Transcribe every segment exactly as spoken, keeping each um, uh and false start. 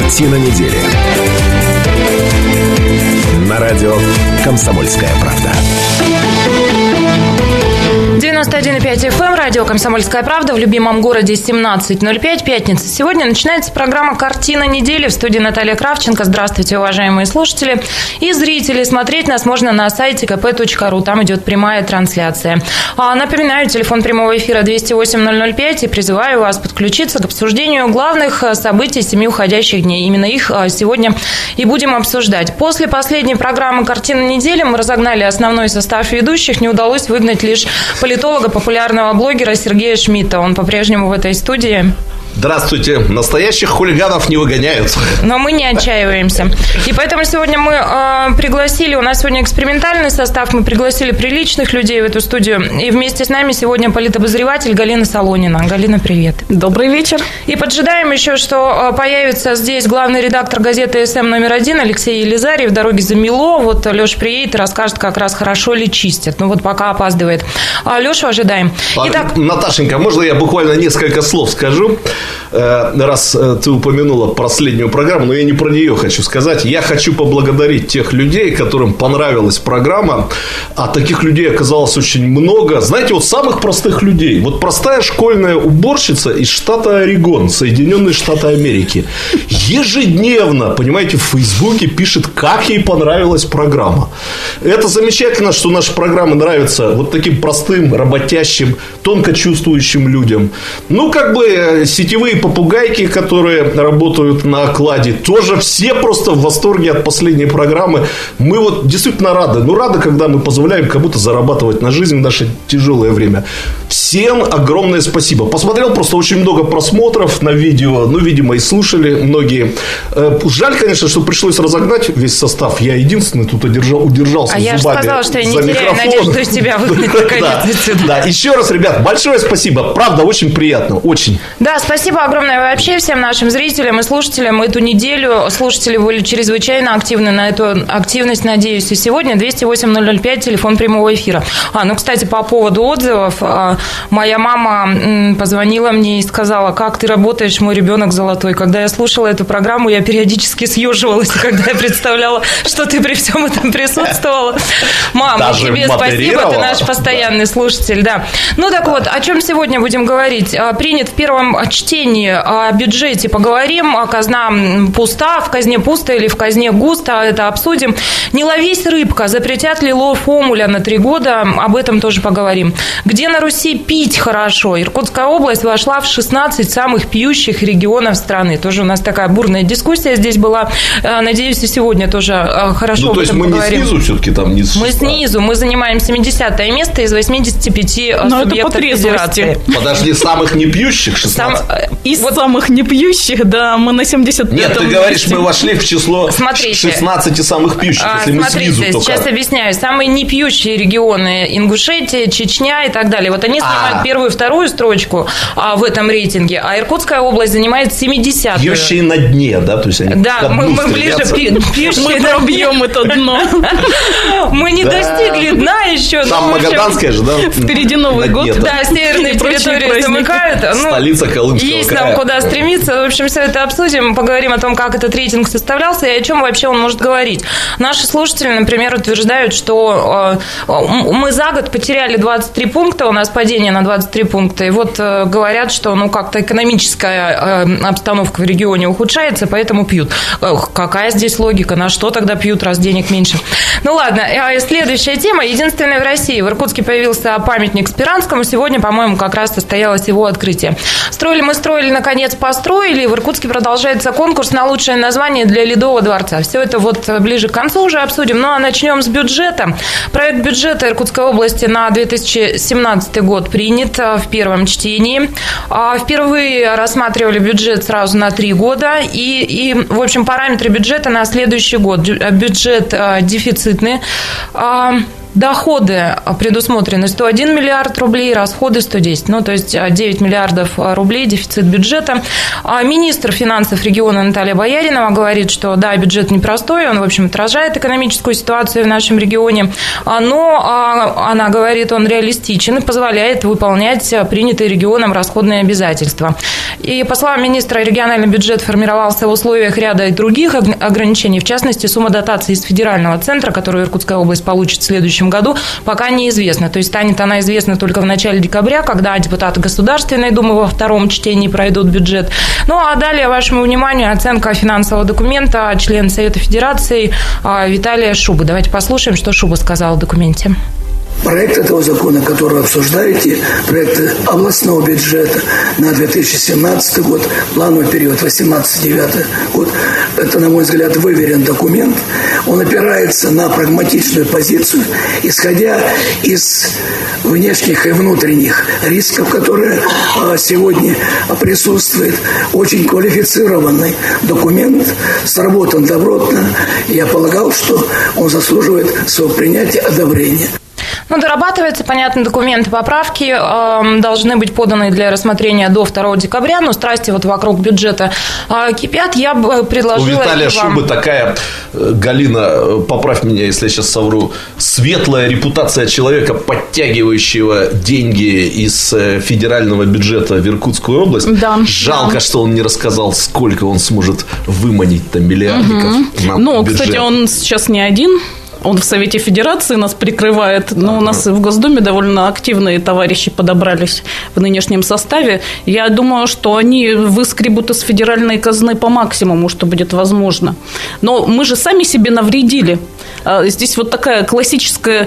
Картина недели. На радио «Комсомольская правда». девяносто один и пять эф эм, радио «Комсомольская правда», в любимом городе семнадцать ноль пять, пятница. Сегодня начинается программа «Картина недели». В студии Наталья Кравченко. Здравствуйте, уважаемые слушатели и зрители. Смотреть нас можно на сайте ка пэ точка ру. Там идет прямая трансляция. Напоминаю, телефон прямого эфира двести восемь ноль ноль пять. И призываю вас подключиться к обсуждению главных событий семи уходящих дней. Именно их сегодня и будем обсуждать. После последней программы «Картина недели» мы разогнали основной состав ведущих. Не удалось выгнать лишь политолога, популярного блогера Сергея Шмидта. Он по-прежнему в этой студии. Здравствуйте. Настоящих хулиганов не выгоняют. Но мы не отчаиваемся. И поэтому сегодня мы э, пригласили, у нас сегодня экспериментальный состав, мы пригласили приличных людей в эту студию. И вместе с нами сегодня политобозреватель Галина Солонина. Галина, привет. Добрый вечер. И поджидаем еще, что появится здесь главный редактор газеты эс эм номер один Алексей Елизарьев. Дороги замело. Вот Леша приедет и расскажет, как раз хорошо ли чистят. Ну вот пока опаздывает. А Лешу ожидаем. Итак... Наташенька, можно я буквально несколько слов скажу? Раз ты упомянула последнюю программу, но я не про нее хочу сказать. Я хочу поблагодарить тех людей, которым понравилась программа. А таких людей оказалось очень много. Знаете, вот самых простых людей. Вот простая школьная уборщица из штата Орегон, Соединенные Штаты Америки, ежедневно, понимаете, в Фейсбуке пишет, как ей понравилась программа. Это замечательно, что наши программы нравятся вот таким простым, работящим, тонко чувствующим людям. Ну, как бы сетевые попугайки, которые работают на окладе, тоже все просто в восторге от последней программы. Мы вот действительно рады. Ну, рады, когда мы позволяем кому-то зарабатывать на жизнь в наше тяжелое время. Всем огромное спасибо. Посмотрел просто очень много просмотров на видео. Ну, видимо, и слушали многие. Жаль, конечно, что пришлось разогнать весь состав. Я единственный тут удержал, удержался а зубами. А я же сказала, что я не теряю микрофон. надежду из тебя выгнать наконец отсюда. Да, еще раз, ребят, большое спасибо. Правда, очень приятно. Очень. Да, спасибо огромное вообще всем нашим зрителям и слушателям. Эту неделю слушатели были чрезвычайно активны. На эту активность надеюсь. И сегодня двести восемь ноль ноль пять, телефон прямого эфира. А, ну, кстати, по поводу отзывов. Моя мама позвонила мне и сказала, как ты работаешь, мой ребенок золотой. Когда я слушала эту программу, я периодически съеживалась, когда я представляла, что ты при всем этом присутствовала. Мама, тебе спасибо, ты наш постоянный слушатель. Да. Ну, так вот, о чем сегодня будем говорить? Принят в первом чтении о бюджете поговорим. Казна пуста, в казне пусто или в казне густо, это обсудим. Не ловись, рыбка, запретят ли лов омуля на три года, об этом тоже поговорим. Где на Руси пить хорошо? Иркутская область вошла в шестнадцать самых пьющих регионов страны. Тоже у нас такая бурная дискуссия здесь была. Надеюсь, и сегодня тоже хорошо ну, об этом поговорим. То есть мы не снизу все-таки там? Не мы снизу, мы занимаем семидесятое место из восьмидесяти пяти но субъектов федерации. Подожди, самых непьющих шестнадцать? Сам, из вот. самых непьющих, да, мы на семьдесят пятом. Нет, ты говоришь, мы вошли в число смотрите, шестнадцати самых пьющих, а, если смотрите, мы снизу только. Сейчас объясняю. Самые непьющие регионы Ингушетия, Чечня и так далее. Вот они занимают а. первую и вторую строчку а, в этом рейтинге, а Иркутская область занимает семидесятую. Пьющие на дне, да? То есть они да, мы, мы ближе пьющие. Мы пробьем это дно. Мы не достигли дна еще. Там Магаданская же, да? Впереди Новый год. Да, северные территории замыкают. Столица Колымского края. Есть нам куда стремиться. В общем, все это обсудим. Поговорим о том, как этот рейтинг составлялся и о чем вообще он может говорить. Наши слушатели, например, утверждают, что мы за год потеряли двадцать три пункта, у нас падение на двадцать три пункта. И вот говорят, что ну как-то экономическая обстановка в регионе ухудшается, поэтому пьют. Какая здесь логика? На что тогда пьют, раз денег меньше? Ну ладно, следующая тема. Единственная в России. В Иркутске появился памятник Спиранскому. Сегодня, по-моему, как раз состоялось его открытие. Строили мы, строили, наконец, построили. В Иркутске продолжается конкурс на лучшее название для Ледового дворца. Все это вот ближе к концу уже обсудим. Ну, а начнем с бюджета. Проект бюджета Иркутской области на две тысячи семнадцатый год принят в первом чтении. Впервые рассматривали бюджет сразу на три года. И, и, в общем, параметры бюджета на следующий год. Бюджет дефицитный. доходы предусмотрены сто один миллиард рублей, расходы сто десять. Ну, то есть девять миллиардов рублей дефицит бюджета. Министр финансов региона Наталья Бояринова говорит, что да, бюджет непростой, он, в общем, отражает экономическую ситуацию в нашем регионе, но она говорит, он реалистичен и позволяет выполнять принятые регионом расходные обязательства. И, по словам министра, региональный бюджет формировался в условиях ряда и других ограничений, в частности, сумма дотации из федерального центра, которую Иркутская область получит в следующем году, пока неизвестно. То есть станет она известна только в начале декабря, когда депутаты Государственной Думы во втором чтении пройдут бюджет. Ну, а далее вашему вниманию оценка финансового документа члена Совета Федерации Виталия Шубы. Давайте послушаем, что Шуба сказал в документе. Проект этого закона, который обсуждаете, проект областного бюджета на две тысячи семнадцатый год, плановый период восемнадцатый девятый год, это, на мой взгляд, выверен документ. Он опирается на прагматичную позицию, исходя из внешних и внутренних рисков, которые сегодня присутствуют. Очень квалифицированный документ, сработан добротно. Я полагал, что он заслуживает своего принятия, одобрения. Ну, дорабатываются, понятно, документы, поправки э, должны быть поданы для рассмотрения до второго декабря, но страсти вот вокруг бюджета э, кипят. Я бы предложила... У Виталия вам... Шубы такая, Галина, поправь меня, если я сейчас совру, светлая репутация человека, подтягивающего деньги из федерального бюджета в Иркутскую область. Да, Жалко, да. что он не рассказал, сколько он сможет выманить-то миллиардиков угу. на Ну, бюджет. кстати, он сейчас не один. Он в Совете Федерации нас прикрывает, но ага. у нас в Госдуме довольно активные товарищи подобрались в нынешнем составе. Я думаю, что они выскребут из федеральной казны по максимуму, что будет возможно. Но мы же сами себе навредили. Здесь вот такая классическая,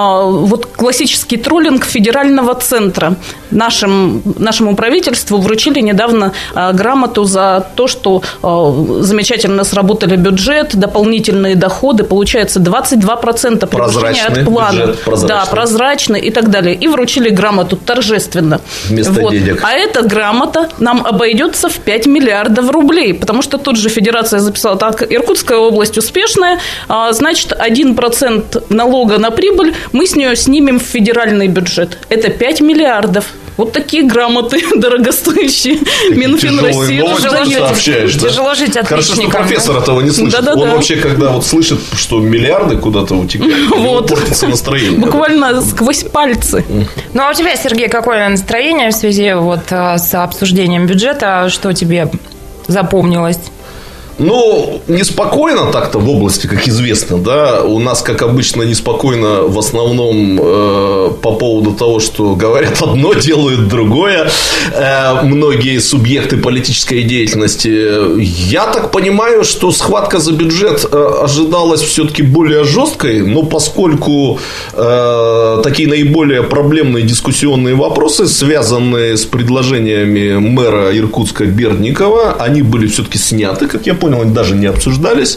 вот классический троллинг федерального центра. Нашим, нашему правительству вручили недавно грамоту за то, что замечательно сработали бюджет, дополнительные доходы, получается двадцать два процента превышения от плана. Бюджет, прозрачный. Да, прозрачный и так далее. И вручили грамоту торжественно. Вместо вот. денег. А эта грамота нам обойдется в пять миллиардов рублей, потому что тут же Федерация записала, так, Иркутская область успешная, значит, один процент налога на прибыль мы с нее снимем в федеральный бюджет. Это пять миллиардов. Вот такие грамоты дорогостоящие Минфин России. Тяжело жить, сообщаешь, да? Тяжело жить отличникам. Хорошо, что профессор да? этого не слышит. Да-да-да. Он вообще, когда вот слышит, что миллиарды куда-то утекают, вот. портится настроение. Буквально да? сквозь пальцы. Ну, а у тебя, Сергей, какое настроение в связи вот с обсуждением бюджета? Что тебе запомнилось? Ну, неспокойно так-то в области, как известно, да. У нас, как обычно, неспокойно в основном э, по поводу того, что говорят одно, делают другое. Э, многие субъекты политической деятельности. Я так понимаю, что схватка за бюджет э, ожидалась все-таки более жесткой, но поскольку э, такие наиболее проблемные дискуссионные вопросы, связанные с предложениями мэра Иркутска Бердникова, они были все-таки сняты, как я понял, они даже не обсуждались.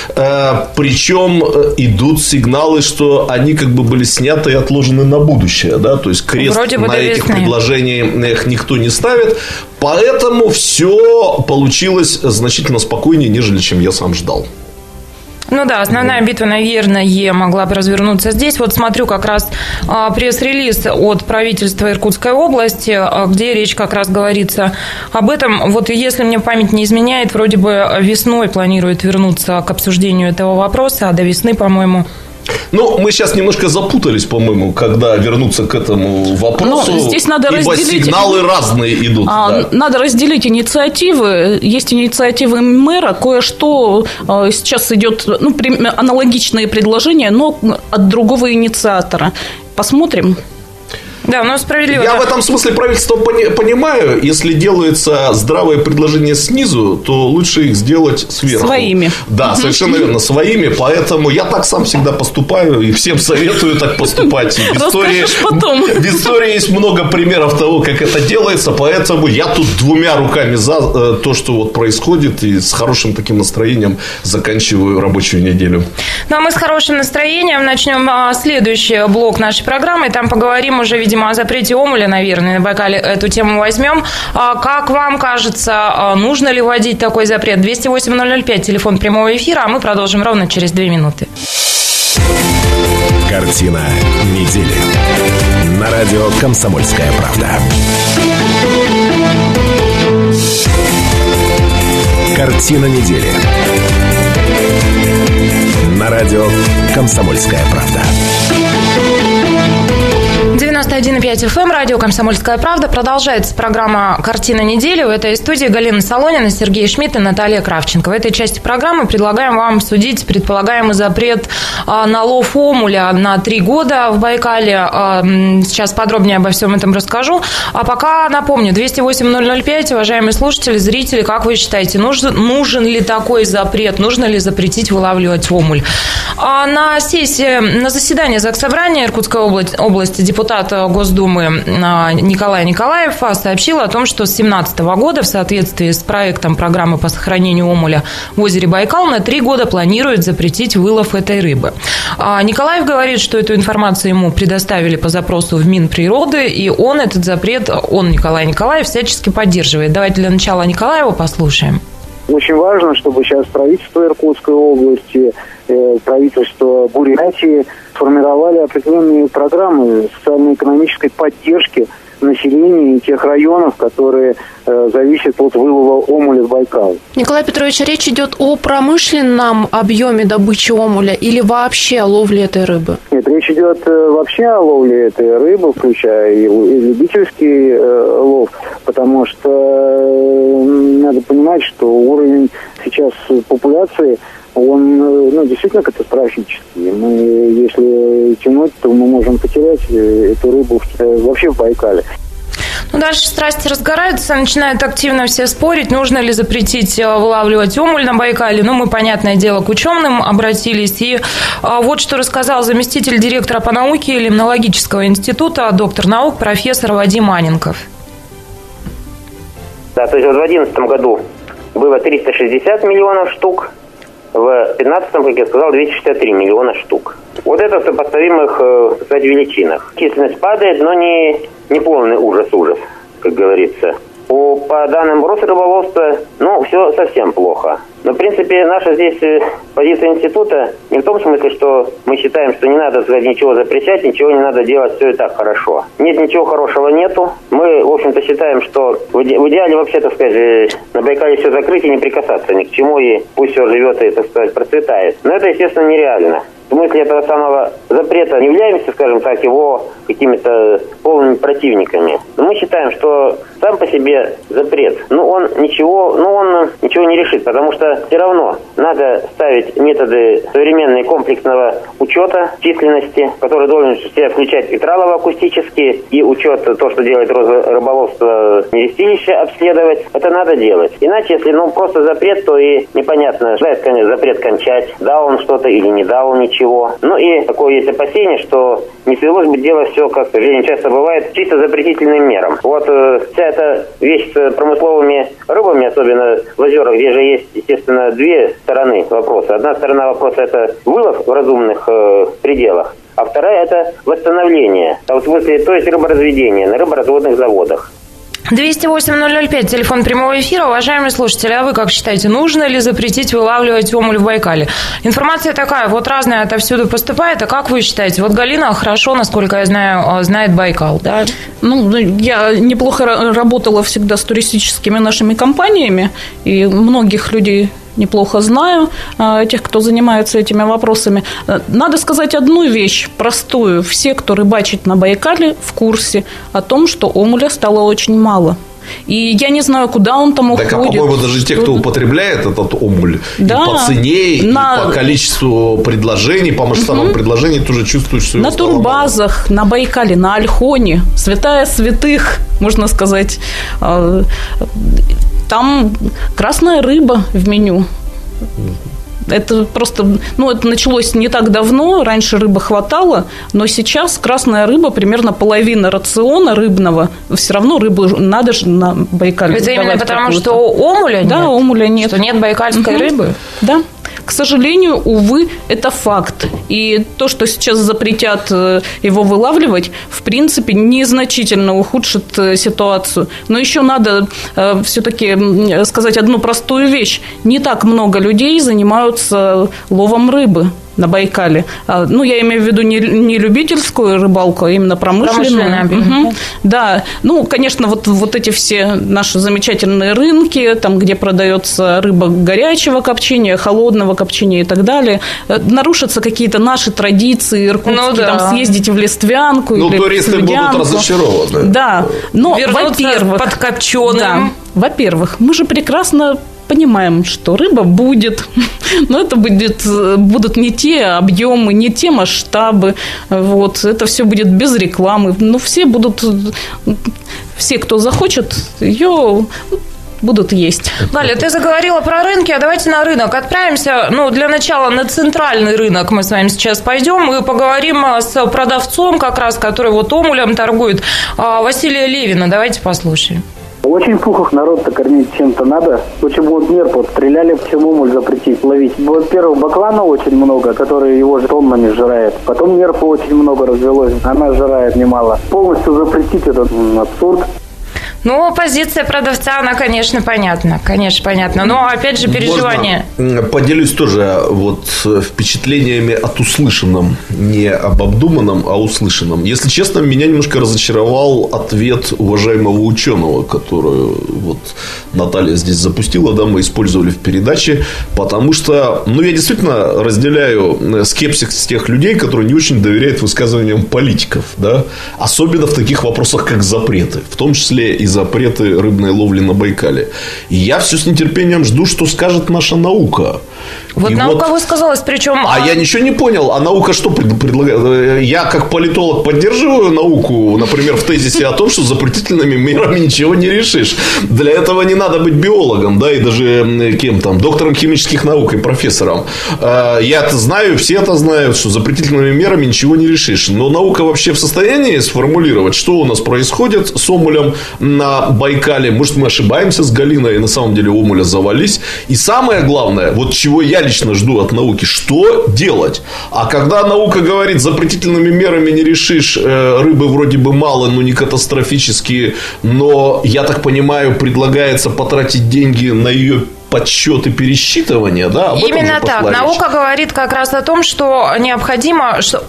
Причем идут сигналы, что они как бы были сняты и отложены на будущее. Да? То есть крест на этих предложениях никто не ставит. Поэтому все получилось значительно спокойнее, нежели чем я сам ждал. Ну да, основная битва, наверное, могла бы развернуться здесь. Вот смотрю как раз пресс-релиз от правительства Иркутской области, где речь как раз говорится об этом. Вот если мне память не изменяет, вроде бы весной планируют вернуться к обсуждению этого вопроса, а до весны, по-моему... Ну, мы сейчас немножко запутались, по-моему, когда вернуться к этому вопросу. Но здесь надо ибо разделить... сигналы разные идут. А, да. Надо разделить инициативы. Есть инициативы мэра. Кое-что сейчас идет, ну, аналогичные предложения, но от другого инициатора. Посмотрим. Да, ну справедливо. Я да. в этом смысле правительство понимаю. Если делается здравое предложение снизу, то лучше их сделать сверху. Своими. Да, угу. Совершенно верно, своими. Поэтому я так сам всегда поступаю и всем советую так поступать. В истории, потом. В истории есть много примеров того, как это делается. Поэтому я тут двумя руками за то, что вот происходит, и с хорошим таким настроением заканчиваю рабочую неделю. Ну, а мы с хорошим настроением начнем следующий блок нашей программы. И там поговорим уже, видимо, о запрете омуля, наверное, на Байкале эту тему возьмем. Как вам кажется, нужно ли вводить такой запрет? двести восемь ноль ноль пять, телефон прямого эфира, а мы продолжим ровно через две минуты. Картина недели. На радио «Комсомольская правда». Картина недели. На радио «Комсомольская правда». девяносто один и пять эф эм, радио «Комсомольская правда». Продолжается программа «Картина недели». В этой студии Галина Солонина, Сергей Шмидт и Наталья Кравченко. В этой части программы предлагаем вам обсудить предполагаемый запрет на лов омуля на три года в Байкале. Сейчас подробнее обо всем этом расскажу. А пока напомню, двести восемь ноль ноль пять, уважаемые слушатели, зрители, как вы считаете, нужен, нужен ли такой запрет? Нужно ли запретить вылавливать омуль? На сессии, на заседании Заксобрания Иркутской области, области депутат Госдумы Николай Николаев сообщил о том, что с две тысячи семнадцатого года в соответствии с проектом программы по сохранению омуля в озере Байкал на три года планирует запретить вылов этой рыбы. Николаев говорит, что эту информацию ему предоставили по запросу в Минприроды, и он этот запрет, он, Николай Николаев, всячески поддерживает. Давайте для начала Николаева послушаем. Очень важно, чтобы сейчас правительство Иркутской области, правительство Бурятии сформировали определенные программы социально-экономической поддержки населения и тех районов, которые э, зависят от вылова омуля в Байкал. Николай Петрович, речь идет о промышленном объеме добычи омуля или вообще о ловле этой рыбы? Нет, речь идет э, вообще о ловле этой рыбы, включая и, и любительский э, лов, потому что э, надо понимать, что уровень сейчас популяции он, ну, действительно катастрофический. Мы, если тянуть, то мы можем потерять эту рыбу вообще в Байкале. Ну, дальше страсти разгораются, начинают активно все спорить, нужно ли запретить вылавливать омуль на Байкале. Ну, мы, понятное дело, к ученым обратились. И вот что рассказал заместитель директора по науке Лимнологического института, доктор наук, профессор Вадим Аненков. Да, то есть вот в две тысячи одиннадцатом году было триста шестьдесят миллионов штук, в две тысячи пятнадцатом, как я сказал, двести шестьдесят три миллиона штук. Вот это в сопоставимых, так сказать, величинах. Численность падает, но не, не полный ужас-ужас, как говорится. По, по данным Росрыболовства, ну, все совсем плохо. Но, в принципе, наша здесь позиция института не в том смысле, что мы считаем, что не надо, сказать, ничего запрещать, ничего не надо делать, все и так хорошо. Нет, ничего хорошего нету. Мы, в общем-то, считаем, что в идеале вообще, так сказать, на Байкале все закрыть и не прикасаться ни к чему, и пусть все живет и, так сказать, процветает. Но это, естественно, нереально. В смысле этого самого запрета не являемся, скажем так, его какими-то полными противниками. Но мы считаем, что сам по себе запрет, ну, он ничего, ну, он ничего не решит, потому что все равно надо ставить методы современные комплексного учета численности, который должен в себя включать и тралово-акустические, и учет, то, что делает Росрыболовство, нерестилище обследовать, это надо делать. Иначе, если, ну, просто запрет, то и непонятно, ждать, конечно, запрет кончать, дал он что-то или не дал ничего. Ну и такое есть опасение, что не свелось бы дело все, как, к сожалению, часто бывает, чисто запретительным мерам. Вот э, вся эта вещь с промысловыми рыбами, особенно в озерах, где же есть, естественно, две стороны вопроса. Одна сторона вопроса – это вылов в разумных э, пределах, а вторая – это восстановление, в смысле, то есть рыборазведение на рыборазводных заводах. двести восемь ноль ноль пять, телефон прямого эфира. Уважаемые слушатели, а вы как считаете, нужно ли запретить вылавливать омуль в Байкале? Информация такая, вот разная отовсюду поступает, а как вы считаете? Вот Галина хорошо, насколько я знаю, знает Байкал, да? Ну, я неплохо работала всегда с туристическими нашими компаниями, и многих людей неплохо знаю, тех, кто занимается этими вопросами. Надо сказать одну вещь простую. Все, кто рыбачит на Байкале, в курсе о том, что омуля стало очень мало. И я не знаю, куда он там уходит. Так, а по-моему, даже те, кто употребляет этот омуль, да, и по цене, на... и по количеству предложений, по масштабам угу. предложений, тоже чувствуешь, что на турбазах, на Байкале, на Ольхоне, святая святых, можно сказать. Там красная рыба в меню. Это просто, ну, это началось не так давно, раньше рыбы хватало, но сейчас красная рыба, примерно половина рациона рыбного, все равно рыбу надо же на Байкале. Это именно потому, что омуля нет? Да, омуля нет. Что нет байкальской угу. рыбы? Да. К сожалению, увы, это факт. И то, что сейчас запретят его вылавливать, в принципе, незначительно ухудшит ситуацию. Но еще надо все-таки сказать одну простую вещь. Не так много людей занимаются ловом рыбы на Байкале. Ну, я имею в виду не, не любительскую рыбалку, а именно промышленную. Промышленная. Угу. Да, ну, конечно, вот, вот эти все наши замечательные рынки, там, где продается рыба горячего копчения, холодного копчения и так далее, нарушатся какие-то наши традиции иркутские, ну, да. там, съездить в Листвянку ну, или в туристы Слюдянку. будут разочарованы. Да, но, вернуться во-первых... под копченым. Да, во-первых, мы же прекрасно понимаем, что рыба будет, но это будет, будут не те объемы, не те масштабы, вот, это все будет без рекламы, но все будут, все, кто захочет, ее будут есть. Галя, ты заговорила про рынки, а давайте на рынок отправимся. Ну, для начала на центральный рынок мы с вами сейчас пойдем и поговорим с продавцом, как раз, который вот омулем торгует, Василия Левина. Давайте послушаем. Очень пухов народ-то кормить чем-то надо. Почему вот нерп вот стреляли, почему омуль запретить ловить? Во-первых, баклана очень много, который его же тоннами сжирает. Потом нерпа очень много развелось, она сжирает немало. Полностью запретить этот м, абсурд. Ну, позиция продавца, она, конечно, понятна. Конечно, понятна. Но, опять же, переживания. Можно поделюсь тоже вот впечатлениями от услышанном. Не об обдуманном, а услышанном. Если честно, меня немножко разочаровал ответ уважаемого ученого, которую вот Наталья здесь запустила, да, мы использовали в передаче. Потому что, ну, я действительно разделяю скепсис тех людей, которые не очень доверяют высказываниям политиков, да. Особенно в таких вопросах, как запреты. В том числе и запреты рыбной ловли на Байкале. И я все с нетерпением жду, что скажет наша наука. Вот и наука вот... высказалась, причем... А, а я ничего не понял. А наука что предлагает? Я, как политолог, поддерживаю науку, например, в тезисе о том, что запретительными мерами ничего не решишь. Для этого не надо быть биологом, да, и даже кем там, доктором химических наук и профессором. Я это знаю, все это знают, что запретительными мерами ничего не решишь. Но наука вообще в состоянии сформулировать, что у нас происходит с омулем на Байкале? Может, мы ошибаемся с Галиной, и на самом деле омуля завались. И самое главное, вот чего я лично жду от науки, что делать? А когда наука говорит, запретительными мерами не решишь, рыбы вроде бы мало, но не катастрофические, но, я так понимаю, предлагается потратить деньги на ее подсчет и пересчитывание, да? Об Именно так. Наука говорит как раз о том, что необходимо, что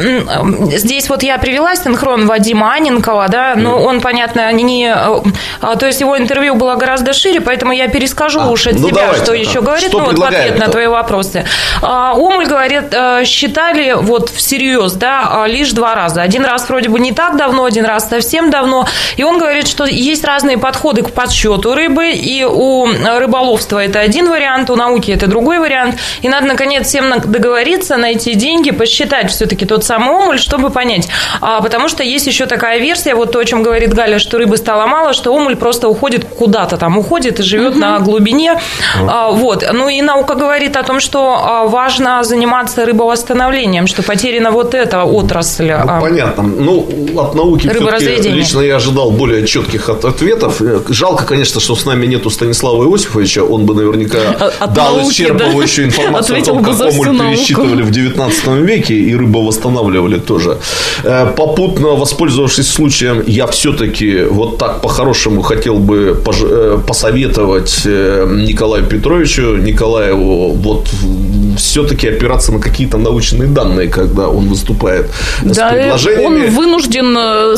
здесь вот я привела синхрон Вадима Анненкова, да, но mm. он, понятно, не, то есть его интервью было гораздо шире, поэтому я перескажу а, уж от ну себя, давайте, что еще говорит, что ну вот в ответ на твои вопросы. Омуль, говорит, считали вот всерьез, да, лишь два раза. Один раз вроде бы не так давно, один раз совсем давно, и он говорит, что есть разные подходы к подсчету рыбы, и у рыболовства это один вариант, у науки это другой вариант. И надо, наконец, всем договориться, найти деньги, посчитать все-таки тот самый омуль, чтобы понять. А, потому что есть еще такая версия, вот то, о чем говорит Галя, что рыбы стало мало, что омуль просто уходит куда-то там, уходит и живет uh-huh. на глубине. Uh-huh. А, вот. Ну и наука говорит о том, что важно заниматься рыбовосстановлением, что потеряна вот эта отрасль. Ну, понятно. Ну, от науки все-таки лично я ожидал более четких ответов. Жалко, конечно, что с нами нету Станислава Иосифовича. Он бы наверняка от дал науки, исчерпывающую да. информацию Ответил о том, как омуль пересчитывали в девятнадцатом веке и рыбу восстанавливали тоже. Попутно, воспользовавшись случаем, я все-таки вот так по-хорошему хотел бы посоветовать Николаю Петровичу, Николаеву, вот все-таки опираться на какие-то научные данные, когда он выступает да, с предложениями. Он вынужден,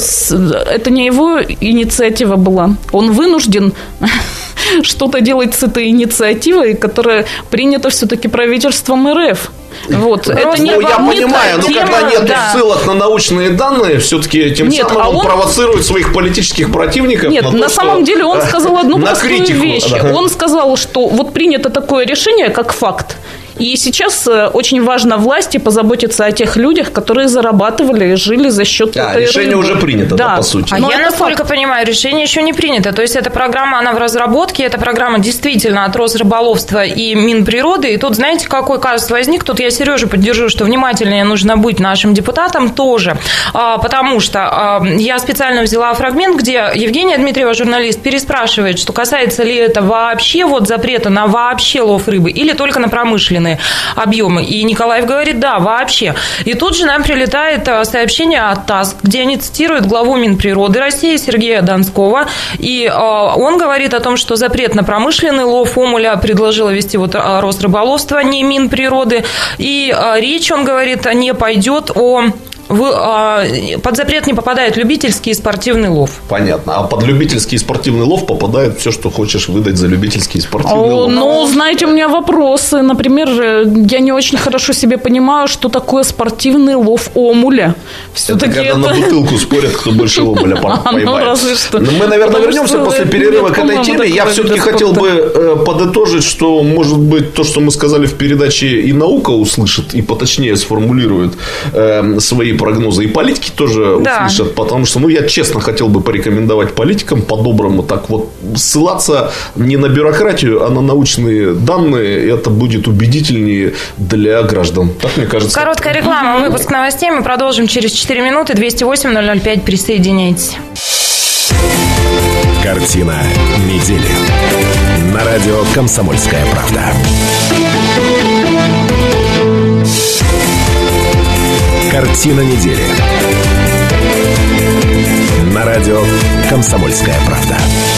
это не его инициатива была, он вынужден что-то делать с этой инициативой, которая принята все-таки правительством РФ. Вот. Ну, это не, ну, я понимаю, но тема, когда нет да. ссылок на научные данные, все-таки тем нет, самым а он провоцирует своих политических противников. Нет, на, на то, самом что... деле он сказал одну простую критику. вещь. Да. Он сказал, что вот принято такое решение, как факт. И сейчас очень важно власти позаботиться о тех людях, которые зарабатывали и жили за счет а, этой решение рыбы. уже принято, да, да по сути. А но я, насколько факт. понимаю, решение еще не принято. То есть, эта программа, она в разработке, эта программа действительно от Росрыболовства и Минприроды. И тут, знаете, какой казус возник? Тут я Сережу поддержу, что внимательнее нужно быть нашим депутатам тоже. Потому что я специально взяла фрагмент, где Евгения Дмитриева, журналист, переспрашивает, что касается ли это вообще вот запрета на вообще лов рыбы или только на промышленные. промышленные объемы. И Николаев говорит, да, вообще. И тут же нам прилетает сообщение от ТАСС, где они цитируют главу Минприроды России Сергея Донского. И он говорит о том, что запрет на промышленный лов омуля предложила ввести вот Росрыболовство, не Минприроды. И речь, он говорит, не пойдет о... Под запрет не попадает любительский и спортивный лов. Понятно. А под любительский и спортивный лов попадает все, что хочешь выдать за любительский и спортивный О, лов. Ну, знаете, у меня вопросы. Например, я не очень хорошо себе понимаю, что такое спортивный лов омуля. Все-таки это когда это... на бутылку спорят, кто больше омуля поймает. Ну, разве что. Но мы, наверное, Потому вернемся после перерыва к этой теме. Я все-таки хотел бы подытожить, что, может быть, то, что мы сказали в передаче, и наука услышит, и поточнее сформулирует свои прогнозы, и политики тоже да. услышат, потому что, ну, я честно хотел бы порекомендовать политикам по-доброму так вот ссылаться не на бюрократию, а на научные данные, это будет убедительнее для граждан. Так мне кажется. Короткая реклама, выпуск новостей, мы продолжим через четыре минуты, двести восемь ноль ноль пять, присоединяйтесь. Картина недели. На радио «Комсомольская правда». Картина недели. На радио «Комсомольская правда».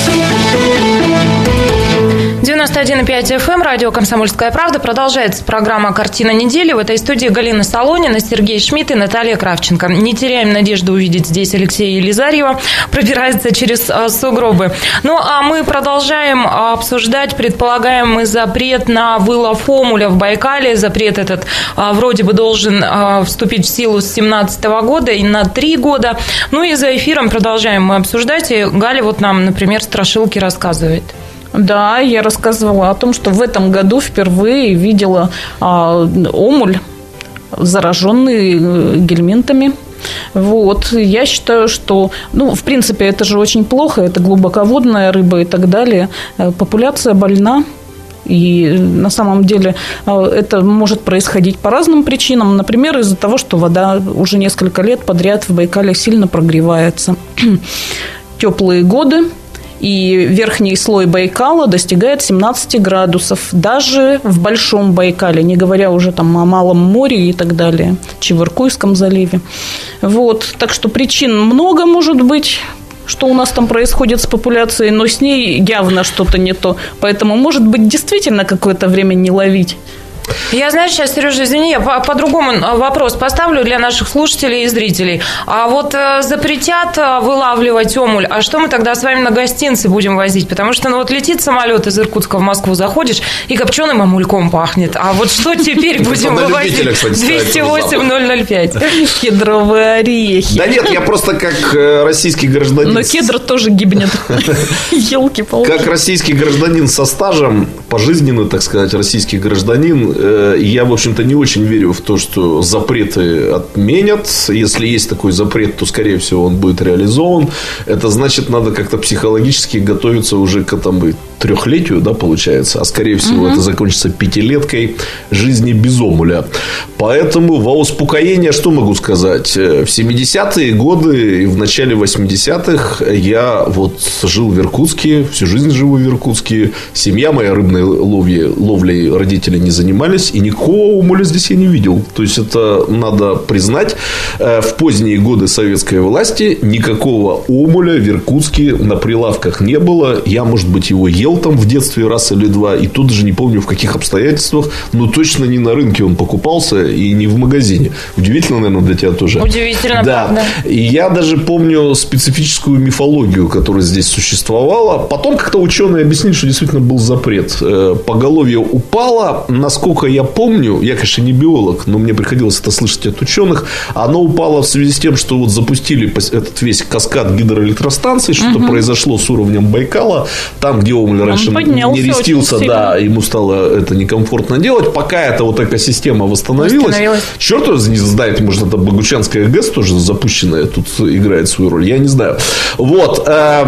девяносто один и пять эф эм, радио «Комсомольская правда». Продолжается программа «Картина недели». В этой студии Галина Солонина, Сергей Шмидт и Наталья Кравченко. Не теряем надежды увидеть здесь Алексея Елизарьева. Пробирается через сугробы. Ну, а мы продолжаем обсуждать предполагаемый запрет на вылов омуля в Байкале. Запрет этот вроде бы должен вступить в силу с две тысячи семнадцатого года и на три года. Ну и за эфиром продолжаем мы обсуждать. И Галя вот нам, например, страшилки рассказывает. Да, я рассказывала о том, что в этом году впервые видела а, омуль, зараженный гельминтами. Вот. Я считаю, что, ну, в принципе, это же очень плохо, это глубоководная рыба и так далее. Популяция больна. И на самом деле это может происходить по разным причинам. Например, из-за того, что вода уже несколько лет подряд в Байкале сильно прогревается. Теплые годы. И верхний слой Байкала достигает семнадцать градусов. Даже в Большом Байкале, не говоря уже там о Малом море и так далее, Чевыркуйском заливе. Вот. Так что причин много может быть, что у нас там происходит с популяцией, но с ней явно что-то не то. Поэтому, может быть, действительно какое-то время не ловить. Я, знаешь, сейчас, Сережа, извини, я по-другому вопрос поставлю для наших слушателей и зрителей. А вот запретят вылавливать омуль, а что мы тогда с вами на гостинцы будем возить? Потому что, ну, вот летит самолет из Иркутска в Москву, заходишь, и копченым омульком пахнет. А вот что теперь будем вывозить? двести восемь ноль ноль пять. Кедровые орехи. Да нет, я просто как российский гражданин... Но кедр тоже гибнет. Елки-палки. Как российский гражданин со стажем, пожизненный, так сказать, российский гражданин, я, в общем-то, не очень верю в то, что запреты отменят. Если есть такой запрет, то, скорее всего, он будет реализован. Это значит, надо как-то психологически готовиться уже к этому трехлетию, да, получается. А, скорее всего, угу. это закончится пятилеткой жизни без омуля. Поэтому во успокоение что могу сказать? В семидесятые годы и в начале восьмидесятых я вот жил в Иркутске, всю жизнь живу в Иркутске. Семья моя рыбной ловлей, ловлей родители не занимались. И никакого омуля здесь я не видел. То есть, это надо признать. В поздние годы советской власти никакого омуля в Иркутске на прилавках не было. Я, может быть, его ел там в детстве раз или два. И тут даже не помню, в каких обстоятельствах. Но точно не на рынке он покупался и не в магазине. Удивительно, наверное, для тебя тоже. Удивительно, да. правда. И я даже помню специфическую мифологию, которая здесь существовала. Потом как-то ученые объяснили, что действительно был запрет. Поголовье упало. Насколько я помню, я, конечно, не биолог, но мне приходилось это слышать от ученых, оно упало в связи с тем, что вот запустили этот весь каскад гидроэлектростанций, что-то угу. произошло с уровнем Байкала, там, где омуль раньше не рестился, да, ему стало это некомфортно делать, пока эта вот экосистема восстановилась, восстановилась. Черт его не знает, может, это Богучанская ГЭС тоже запущенная тут играет свою роль, я не знаю. Вот,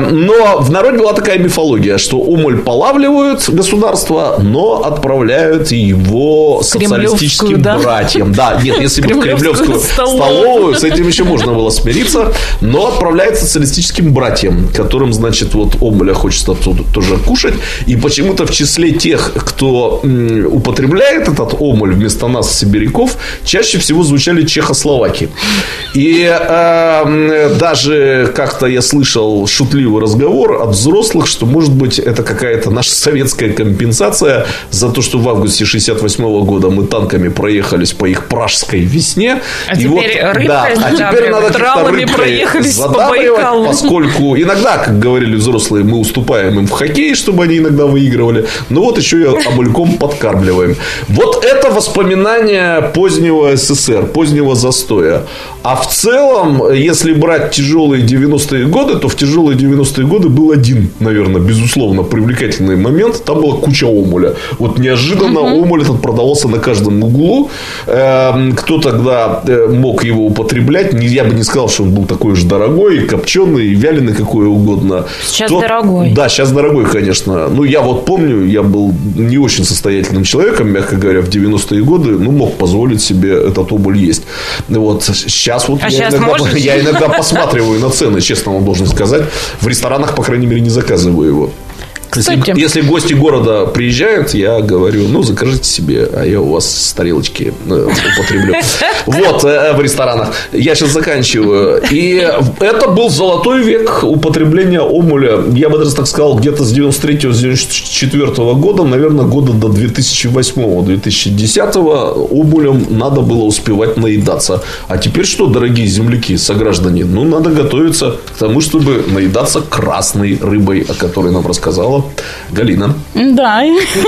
но в народе была такая мифология, что омуль полавливают государство, но отправляют его социалистическим да? братьям. Да, нет, если бы в Кремлевскую столовую, с этим еще можно было смириться, но отправляет социалистическим братьям, которым, значит, вот омуля хочется тут тоже кушать. кушать. И почему-то в числе тех, кто употребляет этот омуль вместо нас, сибиряков, чаще всего звучали чехословаки. И э, даже как-то я слышал шутливый разговор от взрослых, что, может быть, это какая-то наша советская компенсация за то, что в августе шестьдесят восьмого года мы танками проехались по их пражской весне. А и теперь вот, рыбкой да, а теперь надо как-то рыбкой задабривать, поскольку иногда, как говорили взрослые, мы уступаем им в хоккей, чтобы они иногда выигрывали. Но вот еще и омульком подкармливаем. Вот это воспоминания позднего СССР, позднего застоя. А в целом, если брать тяжелые девяностые годы, то в тяжелые девяностые годы был один, наверное, безусловно, привлекательный момент. Там была куча омуля. Вот неожиданно угу. омуль этот продавался на каждом углу. Кто тогда мог его употреблять? Я бы не сказал, что он был такой же дорогой, копченый, вяленый, какой угодно. Сейчас Тот... дорогой. Да, сейчас дорогой, конечно. Ну, я вот помню, я был не очень состоятельным человеком, мягко говоря, в девяностые годы, ну, мог позволить себе этот омуль есть. Вот сейчас вот а я, сейчас иногда, я иногда посматриваю на цены, честно вам должен сказать. В ресторанах, по крайней мере, не заказываю его. Если, если гости города приезжают, я говорю, ну, закажите себе, а я у вас с тарелочки употреблю. Вот, в ресторанах. Я сейчас заканчиваю. И это был золотой век употребления омуля. Я бы даже так сказал, где-то с девяносто третьего - девяносто четвёртого года, наверное, года до две тысячи восьмого - две тысячи десятого омулем надо было успевать наедаться. А теперь что, дорогие земляки, сограждане? Ну, надо готовиться к тому, чтобы наедаться красной рыбой, о которой нам рассказала Галина. Да,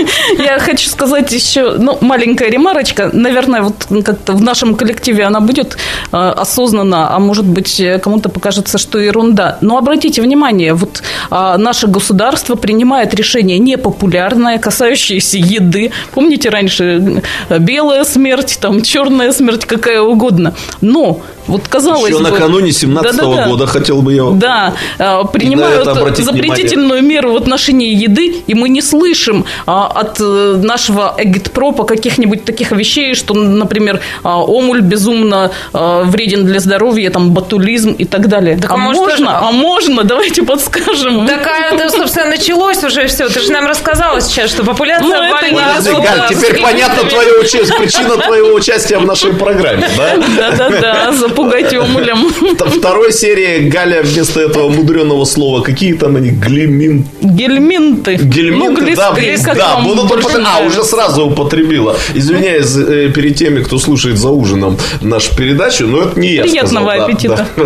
я хочу сказать еще, ну, маленькая ремарочка. Наверное, вот как-то в нашем коллективе она будет э, осознанно, а может быть, кому-то покажется, что ерунда. Но обратите внимание, вот э, наше государство принимает решение непопулярное, касающееся еды. Помните, раньше белая смерть, там черная смерть, какая угодно. Но вот казалось еще бы... накануне семнадцатого да, да, года, хотел бы я... Да, принимают запретительную внимание. меру в отношении еды, и мы не слышим а, от нашего эгитпропа каких-нибудь таких вещей, что, например, а, омуль безумно а, вреден для здоровья, там, ботулизм и так далее. Так, а может, можно? Тоже... А можно? Давайте подскажем. Так, а это, собственно, началось уже все. Ты же нам рассказала сейчас, что популяция ну, больна. Галь, теперь понятна твоя участие, причина твоего участия в нашей программе, да? Да-да-да, запугайте омулем. Второй серии Галя вместо этого мудренного слова, какие там они, глимин... Гельминты. Гельминты, ну, глис, да, глис, да будут употреб... А, уже сразу употребила. Извиняюсь э, перед теми, кто слушает за ужином нашу передачу, но это не я Приятного сказал. аппетита. Да,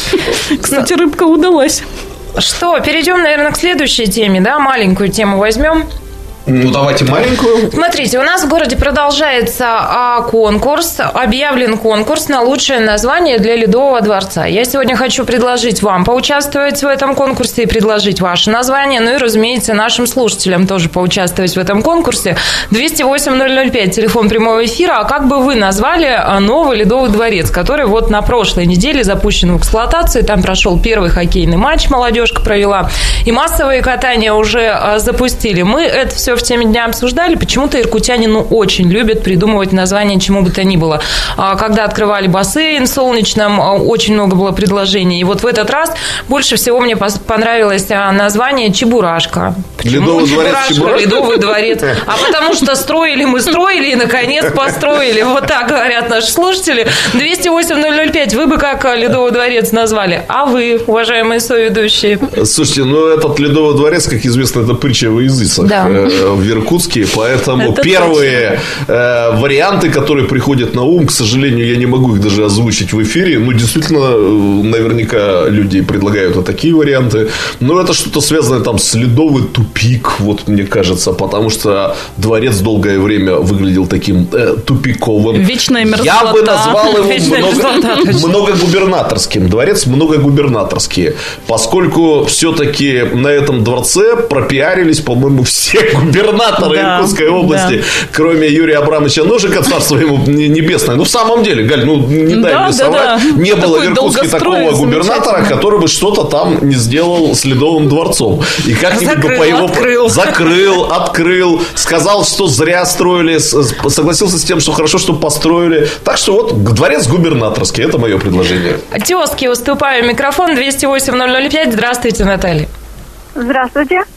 да. Кстати, рыбка удалась. Что, перейдем, наверное, к следующей теме, да, маленькую тему возьмем. Ну, давайте маленькую. Смотрите, у нас в городе продолжается а, конкурс. Объявлен конкурс на лучшее название для Ледового дворца. Я сегодня хочу предложить вам поучаствовать в этом конкурсе и предложить ваше название. Ну и, разумеется, нашим слушателям тоже поучаствовать в этом конкурсе. двести восемь ноль ноль пять, телефон прямого эфира. А как бы вы назвали новый Ледовый дворец, который вот на прошлой неделе запущен в эксплуатацию. Там прошел первый хоккейный матч, молодежка провела. И массовые катания уже а, запустили. Мы это все в теме дня обсуждали. Почему-то иркутяне, ну, очень любят придумывать название чему бы то ни было. Когда открывали бассейн в Солнечном, очень много было предложений. И вот в этот раз больше всего мне понравилось название Чебурашка. Почему Ледовый дворец Чебурашка? Ледовый дворец. А потому что строили мы, строили и, наконец, построили. Вот так говорят наши слушатели. двести восемь ноль ноль пять. Вы бы как Ледовый дворец назвали? А вы, уважаемые соведущие? Слушайте, ну, этот Ледовый дворец, как известно, это притча во языцах. Да. В Иркутске, поэтому это первые э, варианты, которые приходят на ум, к сожалению, я не могу их даже озвучить в эфире. Ну, действительно, наверняка люди предлагают вот такие варианты. Но это что-то связанное там с ледовый тупик, вот мне кажется, потому что дворец долгое время выглядел таким э, тупиковым. Вечная мерзлота. Я бы назвал его много, многогубернаторским. Дворец многогубернаторский, поскольку все-таки на этом дворце пропиарились, по-моему, все губернаторы. Губернатора да, Иркутской области, да. Кроме Юрия Абрамовича Ножика, царство ему небесное. Ну, в самом деле, Галь, ну, не дай да, мне совать. Да, да. Не было в Иркутске такого губернатора, который бы что-то там не сделал с Ледовым дворцом. И как-нибудь бы по его... Открыл. Закрыл, открыл, сказал, что зря строили, согласился с тем, что хорошо, что построили. Так что вот, дворец губернаторский. Это мое предложение. Тезки, уступаю микрофон. двести восемь ноль ноль пять. Здравствуйте, Наталья. Здравствуйте.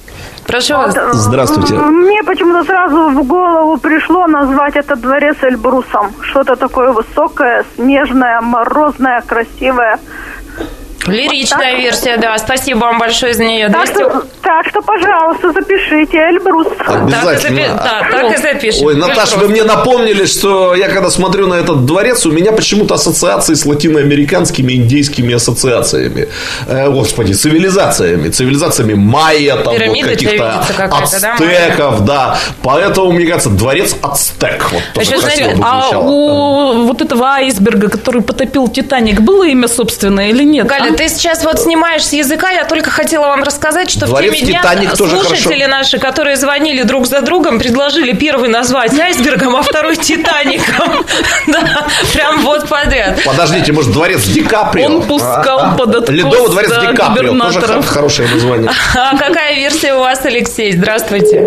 Прошу вас. Вот, Здравствуйте. Мне почему-то сразу в голову пришло назвать этот дворец Эльбрусом. Что-то такое высокое, снежное, морозное, красивое. Лиричная вот версия, да. Спасибо вам большое за нее. Так, двести... что, так что, пожалуйста, запишите Эльбрус. Обязательно. Так, да, так и запишем. Ой, Наташа, вы мне напомнили, что я когда смотрю на этот дворец, у меня почему-то ассоциации с латиноамериканскими индейскими ассоциациями. Э, господи, цивилизациями. Цивилизациями майя, там, вот, каких-то ацтеков, да, да. Поэтому, мне кажется, дворец ацтек. Вот, а, знаете, а у вот этого айсберга, который потопил Титаник, было имя собственное или нет? Галя, а? Ты сейчас вот снимаешь с языка. Я только хотела вам рассказать, что дворец в теме дня слушатели наши, которые звонили друг за другом, предложили первый назвать айсбергом, а второй Титаником. Да, прям вот подряд. Подождите, может, дворец Ди Каприо? Он пускал под откос Ледовый дворец Ди Каприо. Тоже хорошее название. А какая версия у вас, Алексей? Здравствуйте.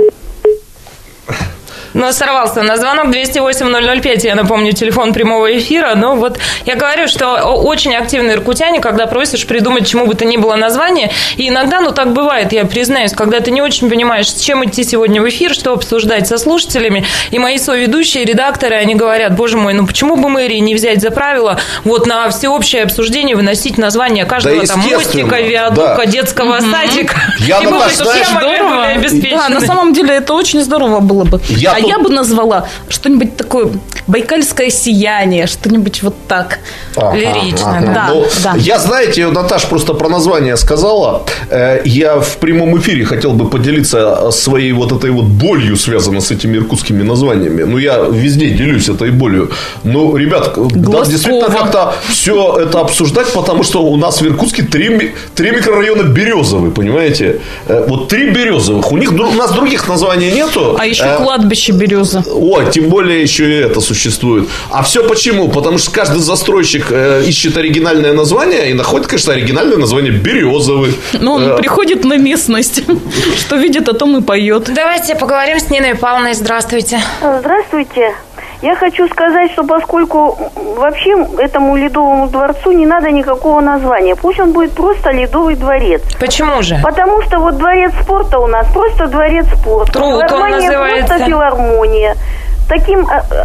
Но сорвался на звонок двести восемь ноль ноль пять, я напомню, телефон прямого эфира. Но вот я говорю, что очень активные иркутяне, когда просишь придумать чему бы то ни было название, и иногда, ну так бывает, я признаюсь, когда ты не очень понимаешь, с чем идти сегодня в эфир, что обсуждать со слушателями, и мои соведущие, редакторы, они говорят: боже мой, ну почему бы мэрии не взять за правило вот на всеобщее обсуждение выносить название каждого да, там мостика, виадука, да. детского mm-hmm. садика. Я и думаю, что здорово. Да, на самом деле это очень здорово было бы. Я а я бы назвала что-нибудь такое байкальское сияние, что-нибудь вот так. Ага, лирично, ага. да. Ну, да. Я, знаете, Наташа просто про название сказала. Я в прямом эфире хотел бы поделиться своей вот этой вот болью, связанной с этими иркутскими названиями. Ну, я везде делюсь этой болью. Ну, ребят, да, действительно как-то все это обсуждать, потому что у нас в Иркутске три, три микрорайона Березовые, понимаете? Вот три Березовых. У них у нас других названий нету. А еще кладбище Береза. О, тем более еще и это существует. А все почему? Потому что каждый застройщик э, ищет оригинальное название и находит, конечно, оригинальное название Березовый. Ну, он э... приходит на местность. Что видит, о том и поет. Давайте поговорим с Ниной Павловной. Здравствуйте. Здравствуйте. Я хочу сказать, что поскольку вообще этому Ледовому дворцу не надо никакого названия, пусть он будет просто Ледовый дворец. Почему же? Потому что вот дворец спорта у нас просто дворец спорта. Труд он называется. Просто филармония. Таким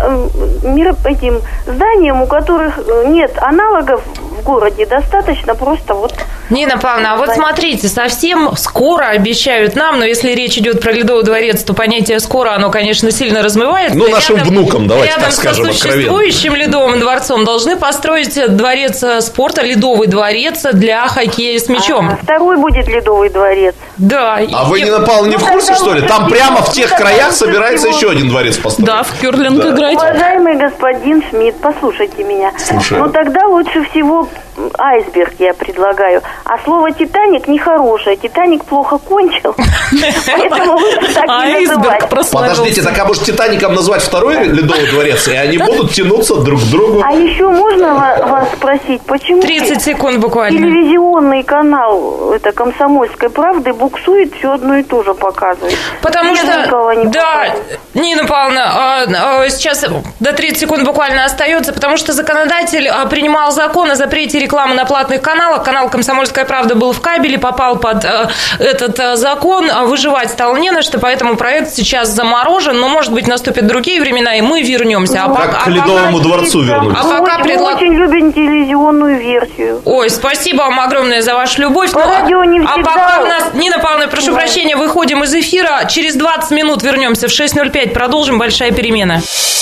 э, этим зданием, у которых нет аналогов в городе, достаточно просто вот... Нина Павловна, а вот смотрите, совсем скоро обещают нам, но если речь идет про Ледовый дворец, то понятие «скоро», оно, конечно, сильно размывается. Ну, нашим рядом, внукам, давайте так скажем откровенно. Рядом со существующим Ледовым дворцом должны построить дворец спорта, Ледовый дворец для хоккея с мячом. А, второй будет Ледовый дворец. Да. А и... вы, Нина Павловна, не в курсе, что ли? Там прямо в тех краях собирается еще один дворец построить. Да, в кёрлинг да. играть. Уважаемый господин Шмидт, послушайте меня. Слушаю. Ну, тогда лучше всего айсберг я предлагаю. А слово «Титаник» нехорошее. «Титаник» плохо кончил. Поэтому лучше так не называть. Подождите, так а может «Титаником» назвать второй Ледовый дворец, и они будут тянуться друг к другу? А еще можно вас спросить, почему тридцать секунд буквально. Телевизионный канал это «Комсомольской правды» буксует, все одно и то же показывает? Потому что, да, Нина Павловна, сейчас до тридцати секунд буквально остается, потому что законодатель принимал закон о запрете рекламы на платных каналах. Канал «Комсомольская правда» был в кабеле, попал под э, этот э, закон, выживать стало не на что, поэтому проект сейчас заморожен, но, может быть, наступят другие времена, и мы вернемся. Ну, а как пока, к Ледовому а дворцу вернулись. А пока мы предлаг... очень любим телевизионную версию. Ой, спасибо вам огромное за вашу любовь. По радио не всегда. А пока у нас, Нина Павловна, прошу да. прощения, выходим из эфира, через двадцать минут вернемся в шесть ноль пять, продолжим «Большая перемена».